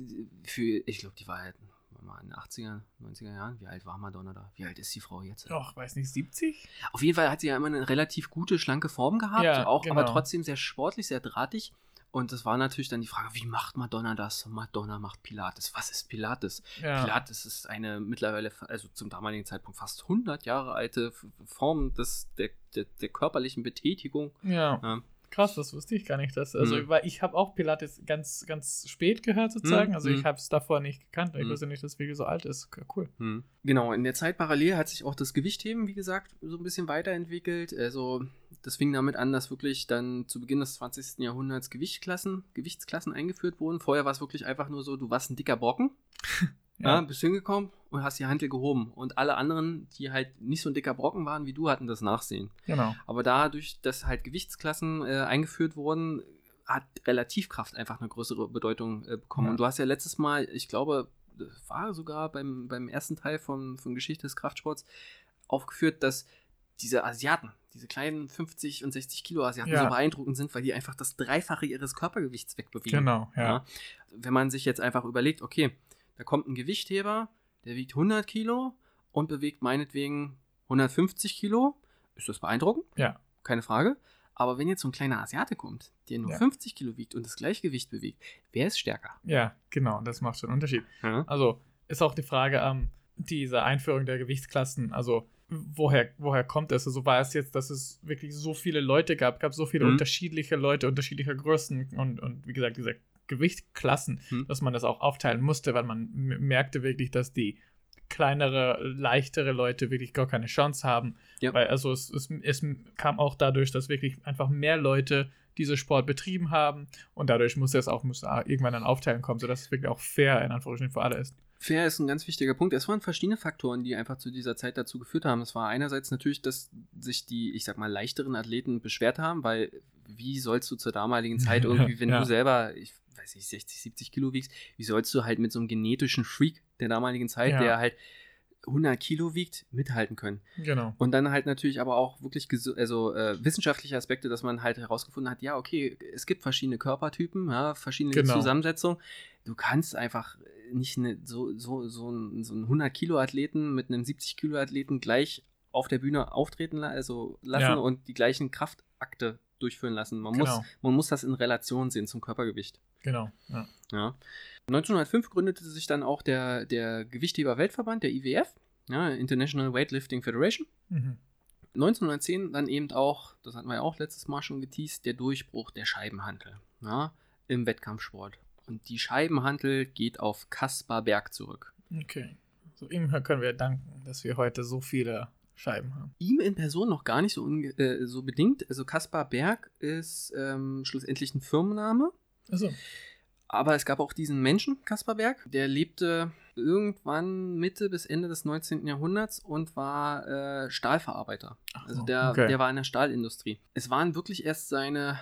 ich glaube, die war halt mal in den 80er, 90er Jahren. Wie alt war Madonna da? Wie alt ist die Frau jetzt? Ach, weiß nicht, 70? Auf jeden Fall hat sie ja immer eine relativ gute, schlanke Form gehabt, Ja, auch, genau. aber trotzdem sehr sportlich, sehr drahtig. Und das war natürlich dann die Frage, wie macht Madonna das? Madonna macht Pilates. Was ist Pilates? Ja. Pilates ist eine mittlerweile, also zum damaligen Zeitpunkt fast 100 Jahre alte Form der körperlichen Betätigung. Ja. Ja. Krass, das wusste ich gar nicht. Weil ich habe auch Pilates ganz, ganz spät gehört sozusagen. Also ich habe es davor nicht gekannt. Ich wusste nicht, dass das Video so alt ist. Cool. Genau, in der Zeit parallel hat sich auch das Gewichtheben, wie gesagt, so ein bisschen weiterentwickelt. Also das fing damit an, dass wirklich dann zu Beginn des 20. Jahrhunderts Gewichtsklassen eingeführt wurden. Vorher war es wirklich einfach nur so, du warst ein dicker Brocken. Ja, bist hingekommen und hast die Hantel gehoben. Und alle anderen, die halt nicht so ein dicker Brocken waren wie du, hatten das Nachsehen. Genau. Aber dadurch, dass halt Gewichtsklassen eingeführt wurden, hat Relativkraft einfach eine größere Bedeutung bekommen. Ja. Und du hast ja letztes Mal, ich glaube, das war sogar beim ersten Teil von Geschichte des Kraftsports, aufgeführt, dass diese Asiaten, diese kleinen 50 und 60 Kilo Asiaten so beeindruckend sind, weil die einfach das Dreifache ihres Körpergewichts wegbewegen. Genau, ja. Wenn man sich jetzt einfach überlegt, okay, da kommt ein Gewichtheber, der wiegt 100 Kilo und bewegt meinetwegen 150 Kilo. Ist das beeindruckend? Ja. Keine Frage. Aber wenn jetzt so ein kleiner Asiate kommt, der nur 50 Kilo wiegt und das Gleichgewicht bewegt, wer ist stärker? Ja, genau. Das macht schon einen Unterschied. Ja. Also ist auch die Frage, diese Einführung der Gewichtsklassen, also woher kommt es? Also war es jetzt, dass es wirklich so viele Leute gab so viele unterschiedliche Leute, unterschiedlicher Größen und wie gesagt, diese Gewichtsklassen, dass man das auch aufteilen musste, weil man merkte wirklich, dass die kleinere, leichtere Leute wirklich gar keine Chance haben. Ja. Weil also es kam auch dadurch, dass wirklich einfach mehr Leute diese Sport betrieben haben und dadurch musste irgendwann ein Aufteilen kommen, sodass es wirklich auch fair in Anführungsstrichen für alle ist. Fair ist ein ganz wichtiger Punkt. Es waren verschiedene Faktoren, die einfach zu dieser Zeit dazu geführt haben. Es war einerseits natürlich, dass sich die, ich sag mal, leichteren Athleten beschwert haben, weil wie sollst du zur damaligen Zeit irgendwie, wenn du selber, ich weiß nicht, 60, 70 Kilo wiegst, wie sollst du halt mit so einem genetischen Freak der damaligen Zeit, der halt 100 Kilo wiegt, mithalten können. Genau. Und dann halt natürlich aber auch wirklich wissenschaftliche Aspekte, dass man halt herausgefunden hat, ja, okay, es gibt verschiedene Körpertypen, verschiedene Zusammensetzungen. Du kannst einfach nicht so einen 100-Kilo-Athleten mit einem 70-Kilo-Athleten gleich auf der Bühne auftreten lassen und die gleichen Kraftakte durchführen lassen. Man muss das in Relation sehen zum Körpergewicht. Genau, ja. 1905 gründete sich dann auch der Gewichtheber-Weltverband, der IWF, International Weightlifting Federation. 1910 dann eben auch, das hatten wir ja auch letztes Mal schon geteased, der Durchbruch der Scheibenhantel im Wettkampfsport. Und die Scheibenhantel geht auf Kaspar Berg zurück. Okay, so ihm können wir danken, dass wir heute so viele Scheiben haben. Ihm in Person noch gar nicht so bedingt. Also Kaspar Berg ist schlussendlich ein Firmenname. Achso. Aber es gab auch diesen Menschen, Kaspar Berg, der lebte irgendwann Mitte bis Ende des 19. Jahrhunderts und war Stahlverarbeiter. Also der war in der Stahlindustrie. Es waren wirklich erst seine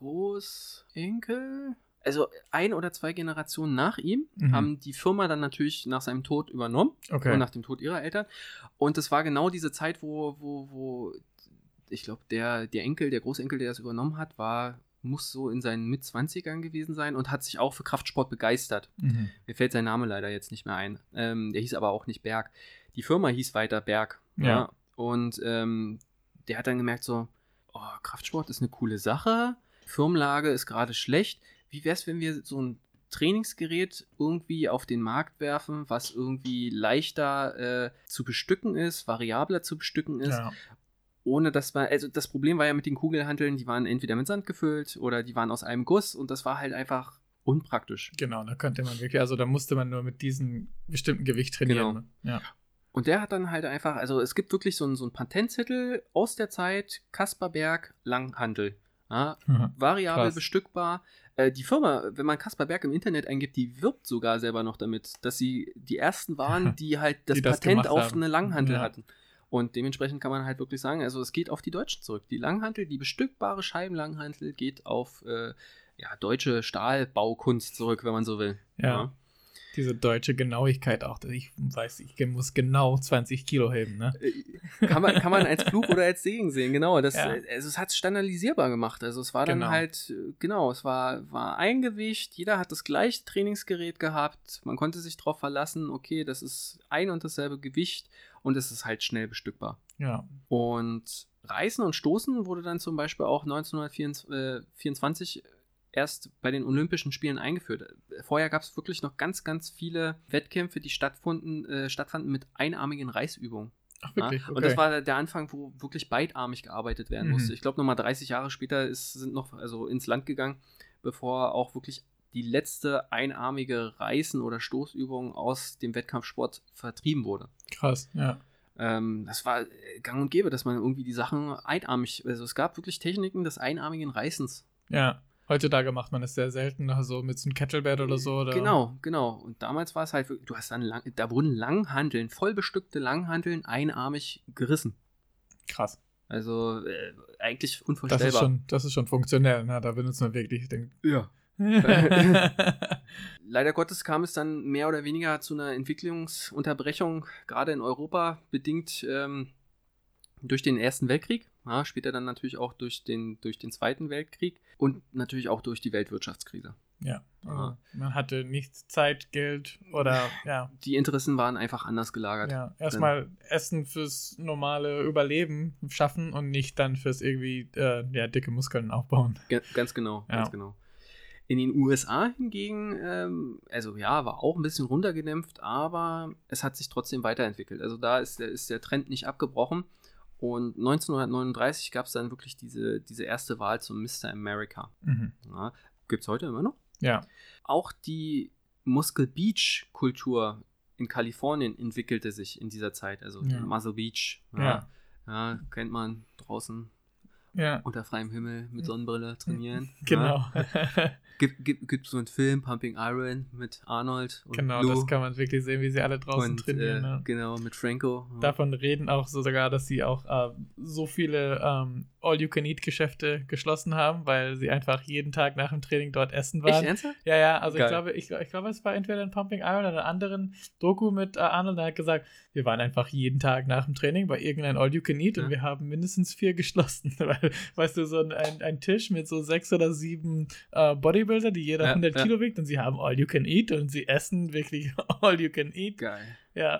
Großenkel, also 1 oder 2 Generationen nach ihm, haben die Firma dann natürlich nach seinem Tod übernommen. Okay. Und nach dem Tod ihrer Eltern. Und es war genau diese Zeit, wo ich glaube, der Großenkel, der das übernommen hat, muss so in seinen Mit-20ern gewesen sein und hat sich auch für Kraftsport begeistert. Mir fällt sein Name leider jetzt nicht mehr ein. Der hieß aber auch nicht Berg. Die Firma hieß weiter Berg. Ja. Und der hat dann gemerkt so, Kraftsport ist eine coole Sache, Firmenlage ist gerade schlecht. Wie wär's, wenn wir so ein Trainingsgerät irgendwie auf den Markt werfen, was irgendwie leichter zu bestücken ist, variabler zu bestücken ist, ohne dass man, also das Problem war ja mit den Kugelhanteln, die waren entweder mit Sand gefüllt oder die waren aus einem Guss und das war halt einfach unpraktisch. Genau, da konnte man wirklich, also da musste man nur mit diesem bestimmten Gewicht trainieren. Genau. Ja. Und der hat dann halt einfach, also es gibt wirklich so einen Patentzettel aus der Zeit, Kaspar Berg Langhantel. Variabel bestückbar. Die Firma, wenn man Kaspar Berg im Internet eingibt, die wirbt sogar selber noch damit, dass sie die ersten waren, die halt das Patent auf eine Langhantel hatten. Und dementsprechend kann man halt wirklich sagen, also es geht auf die Deutschen zurück. Die Langhantel, die bestückbare Scheibenlanghantel geht auf deutsche Stahlbaukunst zurück, wenn man so will. Ja. Diese deutsche Genauigkeit auch. Ich weiß, ich muss genau 20 Kilo heben, ne? Kann man als Fluch oder als Segen sehen, genau. Also es hat es standardisierbar gemacht. Also es war dann halt, es war ein Gewicht, jeder hat das gleiche Trainingsgerät gehabt, man konnte sich darauf verlassen, okay, das ist ein und dasselbe Gewicht und es ist halt schnell bestückbar. Ja. Und Reißen und Stoßen wurde dann zum Beispiel auch 1924 erst bei den Olympischen Spielen eingeführt. Vorher gab es wirklich noch ganz, ganz viele Wettkämpfe, die stattfanden mit einarmigen Reißübungen. Ach, wirklich? Ja? Okay. Und das war der Anfang, wo wirklich beidarmig gearbeitet werden musste. Ich glaube, nochmal 30 Jahre später sind noch ins Land gegangen, bevor auch wirklich die letzte einarmige Reißen- oder Stoßübung aus dem Wettkampfsport vertrieben wurde. Krass, ja. Das war gang und gäbe, dass man irgendwie die Sachen einarmig, also es gab wirklich Techniken des einarmigen Reißens. Ja, heutzutage macht man das sehr selten, also mit so einem Kettlebell oder so. Oder? Genau. Und damals war es halt, du hast dann da wurden Langhanteln, vollbestückte Langhanteln einarmig gerissen. Krass. Also eigentlich unvorstellbar. Das ist schon funktionell, ne? Da benutzt man wirklich den. Ja. Leider Gottes kam es dann mehr oder weniger zu einer Entwicklungsunterbrechung, gerade in Europa, bedingt durch den Ersten Weltkrieg, ja, später dann natürlich auch durch den Zweiten Weltkrieg und natürlich auch durch die Weltwirtschaftskrise. Ja, also man hatte nicht Zeit, Geld oder ja. Die Interessen waren einfach anders gelagert. Ja, erstmal Essen fürs normale Überleben schaffen und nicht dann fürs irgendwie dicke Muskeln aufbauen. Ganz genau, ganz genau. In den USA hingegen, war auch ein bisschen runtergedämpft, aber es hat sich trotzdem weiterentwickelt. Also da ist der Trend nicht abgebrochen. Und 1939 gab es dann wirklich diese erste Wahl zum Mr. America. Mhm. Ja, gibt es heute immer noch? Ja. Auch die Muscle Beach Kultur in Kalifornien entwickelte sich in dieser Zeit. Also Muscle Beach. Ja, kennt man draußen. Ja. Unter freiem Himmel mit Sonnenbrille trainieren. Genau. Ja. Gibt so einen Film, Pumping Iron, mit Arnold und genau, Lou. Das kann man wirklich sehen, wie sie alle draußen trainieren. Ne? Genau, mit Franco. Davon reden auch so sogar, dass sie auch so viele All-You-Can-Eat-Geschäfte geschlossen haben, weil sie einfach jeden Tag nach dem Training dort essen waren. Echt, ernsthaft? Ja, also ich glaube, es war entweder ein Pumping Iron oder einer anderen Doku mit Arnold, der hat gesagt, wir waren einfach jeden Tag nach dem Training bei irgendeinem All-You-Can-Eat und wir haben mindestens 4 geschlossen, weil, weißt du, so ein Tisch mit so 6 oder 7 Bodybuilder, die jeder 100 Kilo wiegt und sie haben All-You-Can-Eat und sie essen wirklich All-You-Can-Eat. Geil. Ja.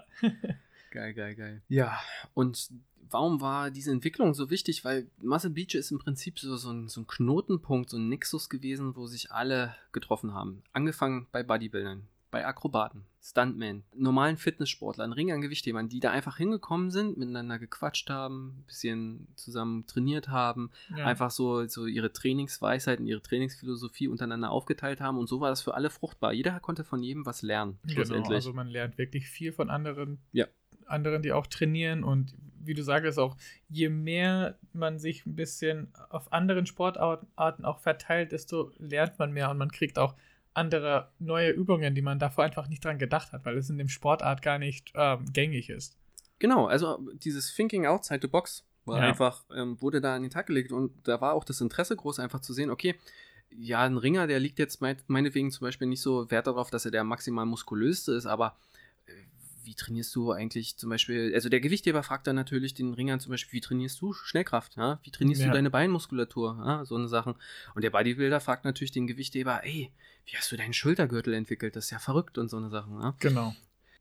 Geil. Ja, und warum war diese Entwicklung so wichtig? Weil Muscle Beach ist im Prinzip so ein Knotenpunkt, so ein Nexus gewesen, wo sich alle getroffen haben. Angefangen bei Bodybuildern, bei Akrobaten, Stuntmen, normalen Fitnesssportlern, Ringern, Gewichthebern, die da einfach hingekommen sind, miteinander gequatscht haben, ein bisschen zusammen trainiert haben, einfach so ihre Trainingsweisheiten, ihre Trainingsphilosophie untereinander aufgeteilt haben und so war das für alle fruchtbar. Jeder konnte von jedem was lernen, schlussendlich. Genau, also man lernt wirklich viel von anderen, die auch trainieren und wie du sagst auch, je mehr man sich ein bisschen auf anderen Sportarten auch verteilt, desto lernt man mehr und man kriegt auch andere neue Übungen, die man davor einfach nicht dran gedacht hat, weil es in dem Sportart gar nicht gängig ist. Genau, also dieses Thinking outside the box war einfach, wurde da an den Tag gelegt und da war auch das Interesse groß, einfach zu sehen, okay, ja, ein Ringer, der liegt jetzt meinetwegen zum Beispiel nicht so Wert darauf, dass er der maximal muskulöste ist, aber wie trainierst du eigentlich zum Beispiel, also der Gewichtheber fragt dann natürlich den Ringern zum Beispiel, wie trainierst du Schnellkraft, ja? Wie trainierst du deine Beinmuskulatur, ja? So eine Sachen. Und der Bodybuilder fragt natürlich den Gewichtheber, ey, wie hast du deinen Schultergürtel entwickelt, das ist ja verrückt und so eine Sachen. Ja? Genau.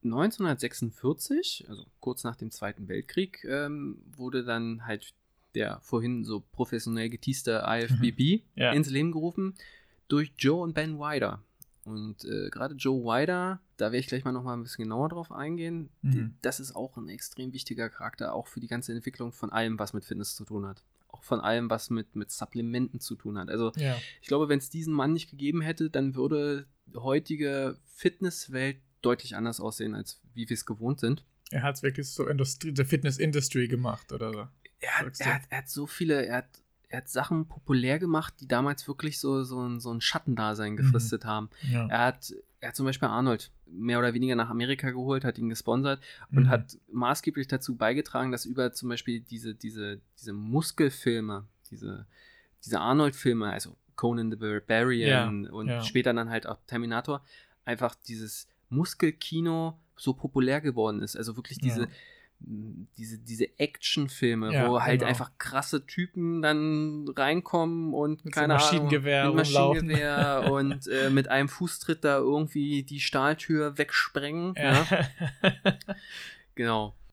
1946, also kurz nach dem Zweiten Weltkrieg, wurde dann halt der vorhin so professionell geteaste IFBB ins Leben gerufen durch Joe und Ben Weider. Und gerade Joe Weider, da werde ich gleich mal noch mal ein bisschen genauer drauf eingehen. Das ist auch ein extrem wichtiger Charakter, auch für die ganze Entwicklung von allem, was mit Fitness zu tun hat. Auch von allem, was mit Supplementen zu tun hat. Also ich glaube, wenn es diesen Mann nicht gegeben hätte, dann würde die heutige Fitnesswelt deutlich anders aussehen, als wie wir es gewohnt sind. Er hat es wirklich so der Fitness-Industry gemacht, oder so? Er hat so viele, er hat Sachen populär gemacht, die damals wirklich so ein Schattendasein gefristet haben. Ja. Er hat zum Beispiel Arnold mehr oder weniger nach Amerika geholt, hat ihn gesponsert und hat maßgeblich dazu beigetragen, dass über zum Beispiel diese Muskelfilme, diese Arnold-Filme, also Conan the Barbarian und später dann halt auch Terminator, einfach dieses Muskelkino so populär geworden ist. Also wirklich diese Actionfilme, wo halt einfach krasse Typen dann reinkommen und mit keine Ahnung, mit Maschinengewehr und mit einem Fußtritt da irgendwie die Stahltür wegsprengen. Ja. Genau.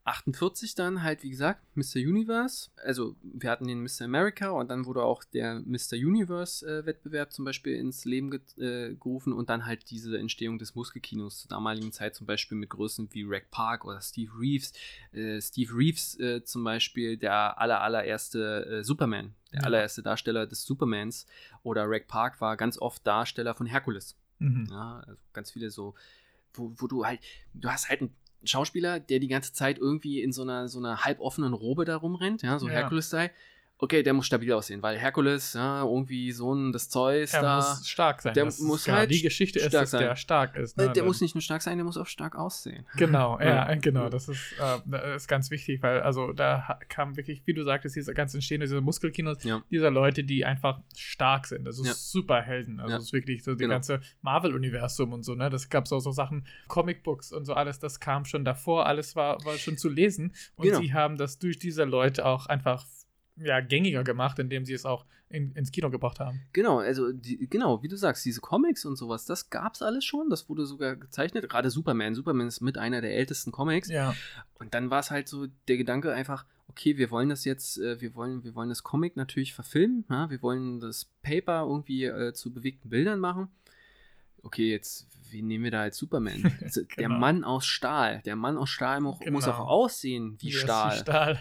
48 dann halt, wie gesagt, Mr. Universe. Also wir hatten den Mr. America und dann wurde auch der Mr. Universe-Wettbewerb zum Beispiel ins Leben gerufen und dann halt diese Entstehung des Muskelkinos zur damaligen Zeit zum Beispiel mit Größen wie Reg Park oder Steve Reeves. Steve Reeves zum Beispiel der allererste Superman, der allererste Darsteller des Supermans, oder Reg Park war ganz oft Darsteller von Herkules. Ja, also ganz viele so, wo du hast halt einen Schauspieler, der die ganze Zeit irgendwie in so einer halboffenen Robe da rumrennt, ja, so Herkules-Style. Okay, der muss stabil aussehen, weil Herkules, ja, irgendwie Sohn des Zeus der muss stark sein. Der muss halt die Geschichte ist, dass der stark ist. Ne? Der muss nicht nur stark sein, der muss auch stark aussehen. Genau, genau. Das ist ganz wichtig, weil also da kam wirklich, wie du sagtest, diese ganze Entstehung dieser Muskelkinos, dieser Leute, die einfach stark sind. Also Superhelden. Also es ist wirklich so die ganze Marvel-Universum und so, ne? Das gab so Sachen, Comicbooks und so alles, das kam schon davor, alles war schon zu lesen. Und sie haben das durch diese Leute auch einfach gängiger gemacht, indem sie es auch ins Kino gebracht haben. Genau, also wie du sagst, diese Comics und sowas, das gab's alles schon, das wurde sogar gezeichnet, gerade Superman ist mit einer der ältesten Comics. Ja. Und dann war es halt so der Gedanke einfach, okay, wir wollen das jetzt, wir wollen das Comic natürlich verfilmen, ja? Wir wollen das Paper irgendwie zu bewegten Bildern machen. Okay, jetzt, wen nehmen wir da als Superman? Also, der Mann aus Stahl muss auch aussehen wie Stahl. Wie Stahl.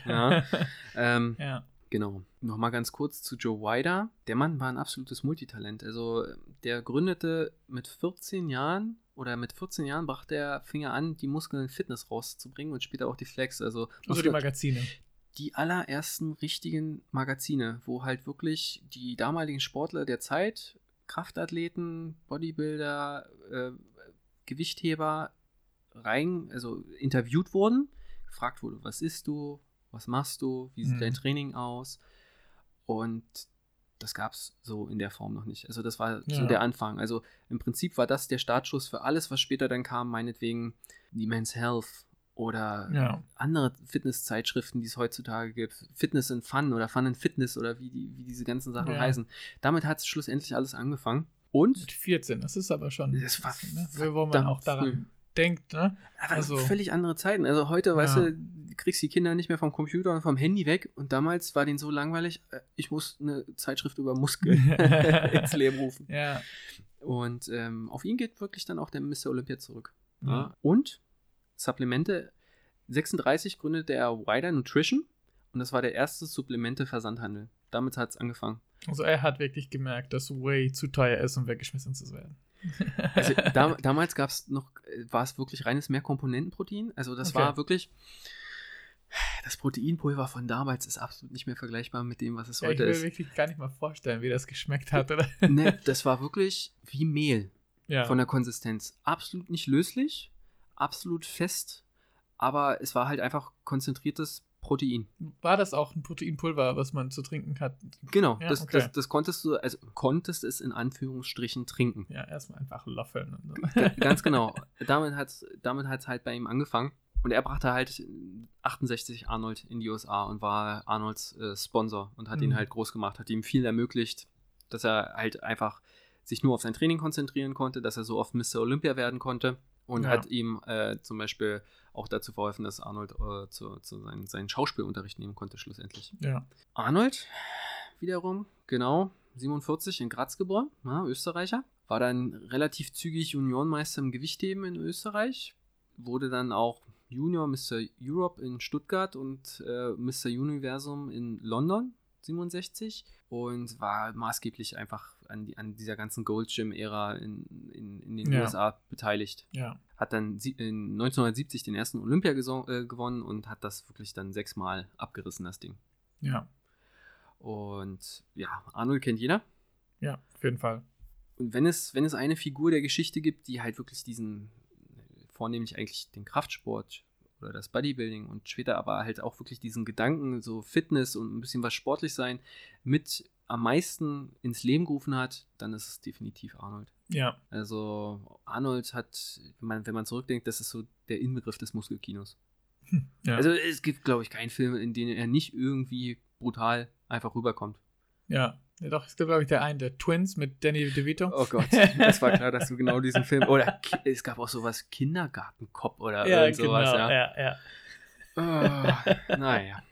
Ja. Genau. Nochmal ganz kurz zu Joe Weider. Der Mann war ein absolutes Multitalent. Also der gründete mit 14 Jahren brachte er Finger an, die Muskeln in Fitness rauszubringen und später auch die Flex. Also die Magazine. Die allerersten richtigen Magazine, wo halt wirklich die damaligen Sportler der Zeit, Kraftathleten, Bodybuilder, Gewichtheber interviewt wurden, gefragt wurde, was isst du? Was machst du? Wie sieht dein Training aus? Und das gab es so in der Form noch nicht. Also das war so der Anfang. Also im Prinzip war das der Startschuss für alles, was später dann kam, meinetwegen die Men's Health oder andere Fitnesszeitschriften, die es heutzutage gibt. Fitness and Fun oder Fun and Fitness oder wie diese ganzen Sachen heißen. Damit hat es schlussendlich alles angefangen. Und? Mit 14, das ist aber schon. Das war wo man auch daran denkt, ne? Also völlig andere Zeiten. Also heute, weißt du, kriegst die Kinder nicht mehr vom Computer und vom Handy weg und damals war denen so langweilig, ich muss eine Zeitschrift über Muskeln ins Leben rufen. Ja. Und auf ihn geht wirklich dann auch der Mr. Olympia zurück. Ja. Und Supplemente, 36 gründete er Weider Nutrition und das war der erste Supplemente-Versandhandel. Damit hat es angefangen. Also er hat wirklich gemerkt, dass Whey zu teuer ist, um weggeschmissen zu werden. Also damals war es wirklich reines Mehrkomponentenprotein. Also das war wirklich, das Proteinpulver von damals ist absolut nicht mehr vergleichbar mit dem, was es heute ist. Ich will wirklich gar nicht mal vorstellen, wie das geschmeckt hat, oder? Ne, das war wirklich wie Mehl von der Konsistenz. Absolut nicht löslich, absolut fest, aber es war halt einfach konzentriertes Protein. War das auch ein Proteinpulver, was man zu trinken hat? Genau, das konntest du, also konntest es in Anführungsstrichen trinken. Ja, erstmal einfach löffeln. Und so. Ganz genau. Damit hat's halt bei ihm angefangen. Und er brachte halt 68 Arnold in die USA und war Arnolds Sponsor und hat ihn halt groß gemacht, hat ihm viel ermöglicht, dass er halt einfach sich nur auf sein Training konzentrieren konnte, dass er so oft Mr. Olympia werden konnte. Und hat ihm zum Beispiel auch dazu verholfen, dass Arnold seinen Schauspielunterricht nehmen konnte, schlussendlich. Ja. Arnold, wiederum, genau, 47 in Graz geboren, Österreicher. War dann relativ zügig Juniorenmeister im Gewichtheben in Österreich. Wurde dann auch Junior Mr. Europe in Stuttgart und Mr. Universum in London, 67. Und war maßgeblich einfach an dieser ganzen Gold Gym-Ära in den USA beteiligt. Ja. Hat dann 1970 den ersten Olympia gewonnen und hat das wirklich dann 6-mal abgerissen, das Ding. Ja. Und ja, Arnold kennt jeder. Ja, auf jeden Fall. Und wenn es eine Figur der Geschichte gibt, die halt wirklich vornehmlich eigentlich den Kraftsport oder das Bodybuilding und später aber halt auch wirklich diesen Gedanken, so Fitness und ein bisschen was sportlich sein, mit am meisten ins Leben gerufen hat, dann ist es definitiv Arnold. Ja. Also Arnold hat, wenn man zurückdenkt, das ist so der Inbegriff des Muskelkinos. Ja. Also es gibt, glaube ich, keinen Film, in dem er nicht irgendwie brutal einfach rüberkommt. Ja. Ja, doch, es gibt, glaube ich, der Twins mit Danny DeVito. Oh Gott, das war klar, dass du genau diesen Film, oder es gab auch sowas, Kindergartenkopf oder ja, irgend sowas. Genau, ja. Naja.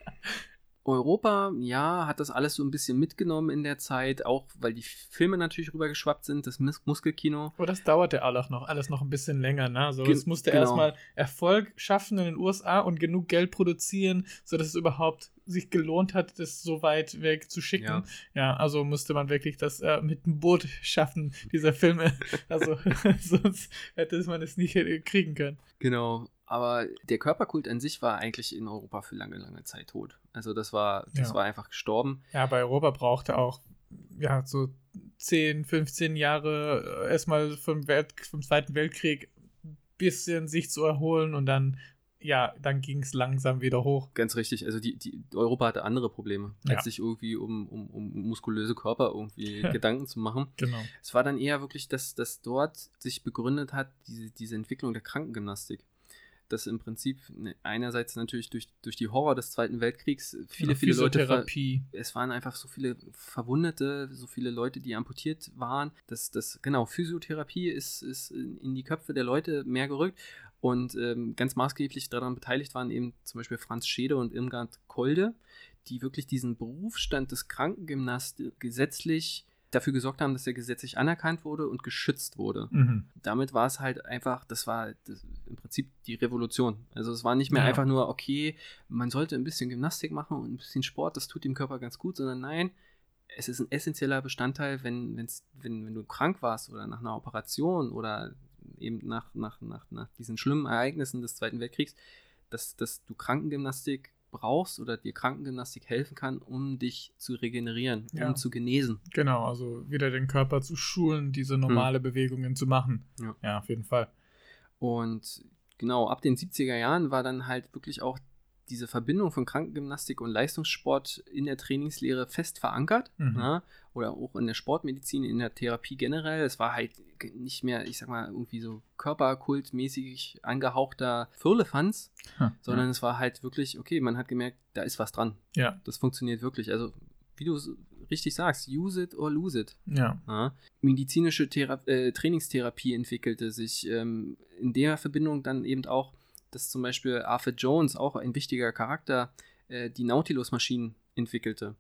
Europa, ja, hat das alles so ein bisschen mitgenommen in der Zeit, auch weil die Filme natürlich rübergeschwappt sind, das Muskelkino. Aber das dauerte alles noch ein bisschen länger, ne? So, es musste Genau. erstmal Erfolg schaffen in den USA und genug Geld produzieren, sodass es überhaupt sich gelohnt hat, das so weit weg zu schicken. Ja, also musste man wirklich das mit dem Boot schaffen, dieser Filme. Also sonst hätte man es nicht kriegen können. Genau, aber der Körperkult an sich war eigentlich in Europa für lange, lange Zeit tot. Also das war einfach gestorben. Ja, aber Europa brauchte auch so 10, 15 Jahre erstmal vom Zweiten Weltkrieg ein bisschen sich zu erholen und dann ging es langsam wieder hoch. Ganz richtig, also die Europa hatte andere Probleme, als sich irgendwie um muskulöse Körper irgendwie Gedanken zu machen. Genau. Es war dann eher wirklich, dass dort sich begründet hat, diese Entwicklung der Krankengymnastik. Dass im Prinzip einerseits natürlich durch die Horror des Zweiten Weltkriegs viele Leute, es waren einfach so viele Verwundete, so viele Leute, die amputiert waren, genau, Physiotherapie ist in die Köpfe der Leute mehr gerückt und ganz maßgeblich daran beteiligt waren eben zum Beispiel Franz Schede und Irmgard Kolde, die wirklich diesen Berufsstand des Krankengymnasten gesetzlich dafür gesorgt haben, dass er gesetzlich anerkannt wurde und geschützt wurde. Mhm. Damit war es halt einfach, das war im Prinzip die Revolution. Also es war nicht mehr einfach nur, okay, man sollte ein bisschen Gymnastik machen und ein bisschen Sport, das tut dem Körper ganz gut, sondern nein, es ist ein essentieller Bestandteil, wenn du krank warst oder nach einer Operation oder eben nach diesen schlimmen Ereignissen des Zweiten Weltkriegs, dass du Krankengymnastik brauchst oder dir Krankengymnastik helfen kann, um dich zu regenerieren, um zu genesen. Genau, also wieder den Körper zu schulen, diese normale Bewegungen zu machen. Ja, auf jeden Fall. Und genau, ab den 70er Jahren war dann halt wirklich auch diese Verbindung von Krankengymnastik und Leistungssport in der Trainingslehre fest verankert. Ja, oder auch in der Sportmedizin, in der Therapie generell. Es war halt nicht mehr, ich sag mal, irgendwie so körperkultmäßig angehauchter Firlefanz, sondern es war halt wirklich, okay, man hat gemerkt, da ist was dran. Ja. Das funktioniert wirklich. Also, wie du richtig sagst, use it or lose it. Ja. Medizinische Trainingstherapie entwickelte sich in der Verbindung dann eben auch, dass zum Beispiel Arthur Jones, auch ein wichtiger Charakter, die Nautilus-Maschinen entwickelte.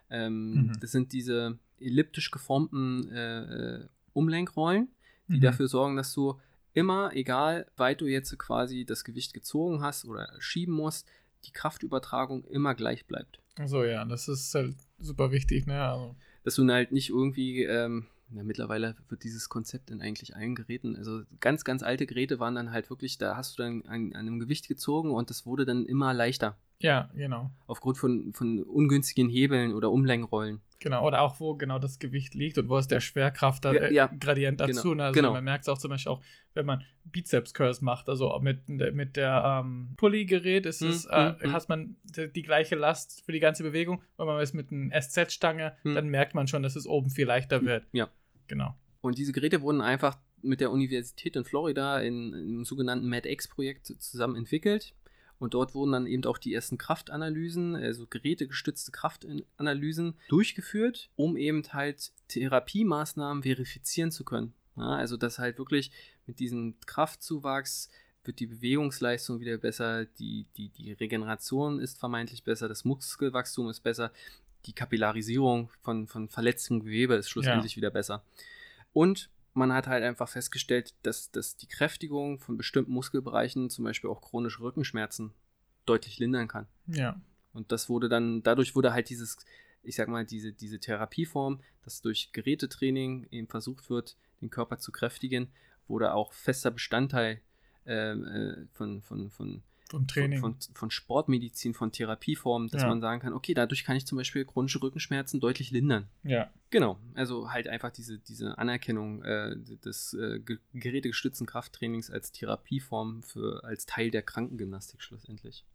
Das sind diese elliptisch geformten Umlenkrollen, die dafür sorgen, dass du immer, egal weit du jetzt quasi das Gewicht gezogen hast oder schieben musst, die Kraftübertragung immer gleich bleibt. Achso, ja, das ist halt super wichtig, ne? Also. Dass du halt nicht irgendwie, mittlerweile wird dieses Konzept in eigentlich allen Geräten, also ganz, ganz alte Geräte waren dann halt wirklich, da hast du dann an einem Gewicht gezogen und das wurde dann immer leichter. Ja, genau. Aufgrund von ungünstigen Hebeln oder Umlenkrollen. Genau, oder auch wo genau das Gewicht liegt und wo ist der Schwerkraft-Gradient dazu. Genau, also man merkt es auch zum Beispiel auch, wenn man Bizeps-Curls macht, also mit der Pulley-Gerät hat man die gleiche Last für die ganze Bewegung. Wenn man es mit einer SZ-Stange, dann merkt man schon, dass es oben viel leichter wird. Ja. Genau. Und diese Geräte wurden einfach mit der Universität in Florida im sogenannten MedX-Projekt zusammen entwickelt. Und dort wurden dann eben auch die ersten Kraftanalysen, also gerätegestützte Kraftanalysen durchgeführt, um eben halt Therapiemaßnahmen verifizieren zu können. Ja, also dass halt wirklich mit diesem Kraftzuwachs wird die Bewegungsleistung wieder besser, die Regeneration ist vermeintlich besser, das Muskelwachstum ist besser, die Kapillarisierung von verletztem Gewebe ist schlussendlich wieder besser. Und man hat halt einfach festgestellt, dass die Kräftigung von bestimmten Muskelbereichen, zum Beispiel auch chronische Rückenschmerzen, deutlich lindern kann. Ja. Und dadurch wurde halt diese Therapieform, dass durch Gerätetraining eben versucht wird, den Körper zu kräftigen, wurde auch fester Bestandteil vom Training. Von Sportmedizin, von Therapieformen, dass man sagen kann, okay, dadurch kann ich zum Beispiel chronische Rückenschmerzen deutlich lindern. Ja. Genau, also halt einfach diese Anerkennung des gerätegestützten Krafttrainings als Therapieform als Teil der Krankengymnastik schlussendlich.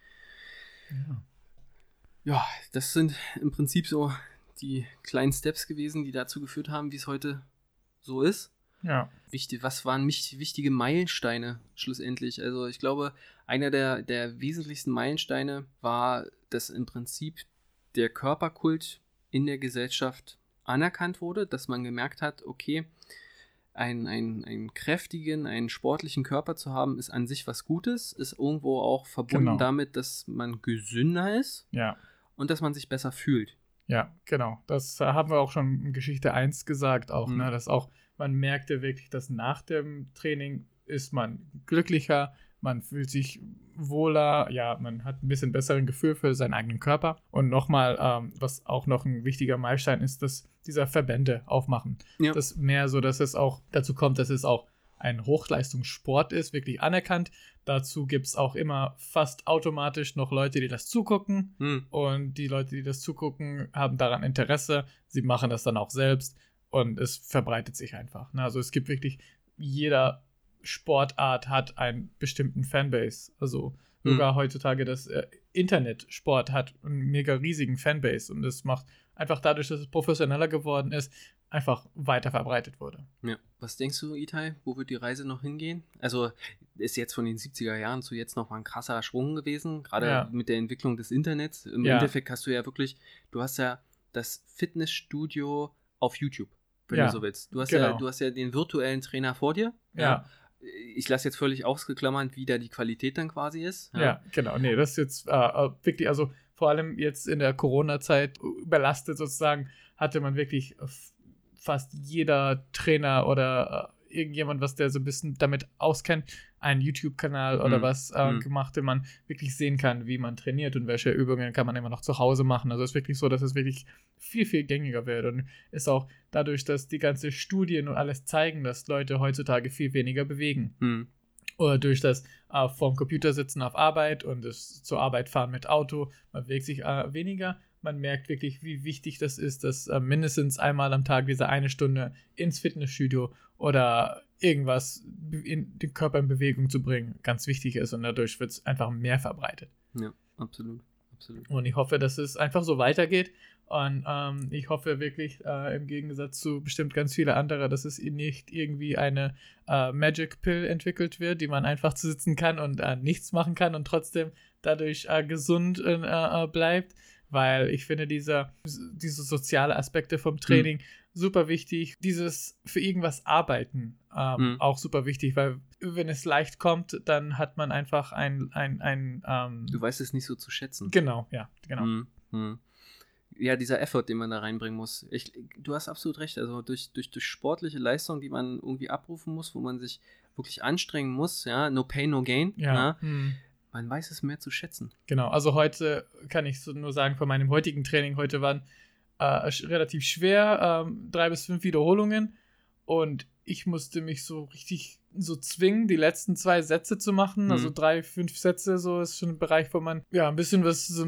Ja, das sind im Prinzip so die kleinen Steps gewesen, die dazu geführt haben, wie es heute so ist. Ja. Was waren wichtige Meilensteine schlussendlich? Also ich glaube, einer der wesentlichsten Meilensteine war, dass im Prinzip der Körperkult in der Gesellschaft anerkannt wurde, dass man gemerkt hat, okay, einen kräftigen, einen sportlichen Körper zu haben, ist an sich was Gutes, ist irgendwo auch verbunden damit, dass man gesünder ist und dass man sich besser fühlt. Ja, genau. Das haben wir auch schon in Geschichte 1 gesagt, auch, ne, dass auch man merkte wirklich, dass nach dem Training ist man glücklicher, man fühlt sich wohler, ja, man hat ein bisschen besseren Gefühl für seinen eigenen Körper. Und nochmal, was auch noch ein wichtiger Meilenstein ist, dass dieser Verbände aufmachen. Ja. Das mehr so, dass es auch dazu kommt, dass es auch ein Hochleistungssport ist, wirklich anerkannt. Dazu gibt es auch immer fast automatisch noch Leute, die das zugucken. Und die Leute, die das zugucken, haben daran Interesse. Sie machen das dann auch selbst und es verbreitet sich einfach. Ne? Also es gibt wirklich, jeder Sportart hat einen bestimmten Fanbase. Also sogar heutzutage das Internetsport hat einen mega riesigen Fanbase und es macht einfach dadurch, dass es professioneller geworden ist, einfach weiter verbreitet wurde. Ja. Was denkst du, Itai? Wo wird die Reise noch hingehen? Also ist jetzt von den 70er Jahren zu jetzt nochmal ein krasser Schwung gewesen, gerade mit der Entwicklung des Internets. Im Endeffekt hast du ja wirklich, du hast ja das Fitnessstudio auf YouTube, wenn du so willst. Du hast ja den virtuellen Trainer vor dir. Ja. Ich lasse jetzt völlig ausgeklammert, wie da die Qualität dann quasi ist. Ja, genau. Nee, das ist jetzt wirklich, also vor allem jetzt in der Corona-Zeit überlastet sozusagen, hatte man wirklich fast jeder Trainer oder irgendjemand, was der so ein bisschen damit auskennt, einen YouTube-Kanal oder was gemacht, den man wirklich sehen kann, wie man trainiert und welche Übungen kann man immer noch zu Hause machen. Also es ist wirklich so, dass es wirklich viel, viel gängiger wird und ist auch dadurch, dass die ganzen Studien und alles zeigen, dass Leute heutzutage viel weniger bewegen. Oder durch das vorm Computer sitzen auf Arbeit und das zur Arbeit fahren mit Auto, man bewegt sich weniger. Man merkt wirklich, wie wichtig das ist, dass mindestens einmal am Tag diese eine Stunde ins Fitnessstudio oder irgendwas in den Körper in Bewegung zu bringen, ganz wichtig ist und dadurch wird es einfach mehr verbreitet. Ja, absolut. Und ich hoffe, dass es einfach so weitergeht und ich hoffe wirklich, im Gegensatz zu bestimmt ganz viele andere, dass es nicht irgendwie eine Magic Pill entwickelt wird, die man einfach sitzen kann und nichts machen kann und trotzdem dadurch gesund bleibt. Weil ich finde, diese soziale Aspekte vom Training super wichtig. Dieses für irgendwas arbeiten auch super wichtig, weil wenn es leicht kommt, dann hat man einfach ein du weißt es nicht so zu schätzen. Genau, ja, genau. Ja, dieser Effort, den man da reinbringen muss. Du hast absolut recht. Also durch sportliche Leistung, die man irgendwie abrufen muss, wo man sich wirklich anstrengen muss, ja, no pain, no gain, ja. Man weiß es mehr zu schätzen. Genau, also heute kann ich so nur sagen, von meinem heutigen Training, heute waren relativ schwer, 3 bis 5 Wiederholungen und ich musste mich so richtig so zwingen, die letzten 2 Sätze zu machen, also 3, 5 Sätze, so ist schon ein Bereich, wo man ein bisschen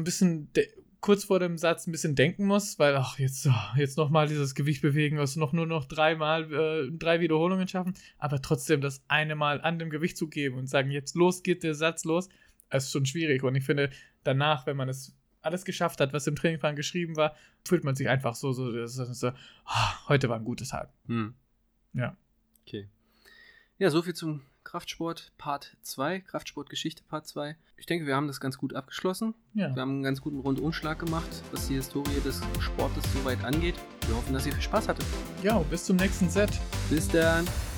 kurz vor dem Satz ein bisschen denken muss, weil jetzt nochmal dieses Gewicht bewegen, was nur noch 3 Wiederholungen schaffen, aber trotzdem das eine Mal an dem Gewicht zu geben und sagen, jetzt geht der Satz los, ist schon schwierig und ich finde, danach, wenn man es alles geschafft hat, was im Trainingplan geschrieben war, fühlt man sich einfach so heute war ein gutes Tag. Ja. Okay. Ja, soviel zum Kraftsport Part 2, Kraftsportgeschichte Part 2. Ich denke, wir haben das ganz gut abgeschlossen. Ja. Wir haben einen ganz guten Rundumschlag gemacht, was die Historie des Sportes soweit angeht. Wir hoffen, dass ihr viel Spaß hattet. Ja, bis zum nächsten Set. Bis dann.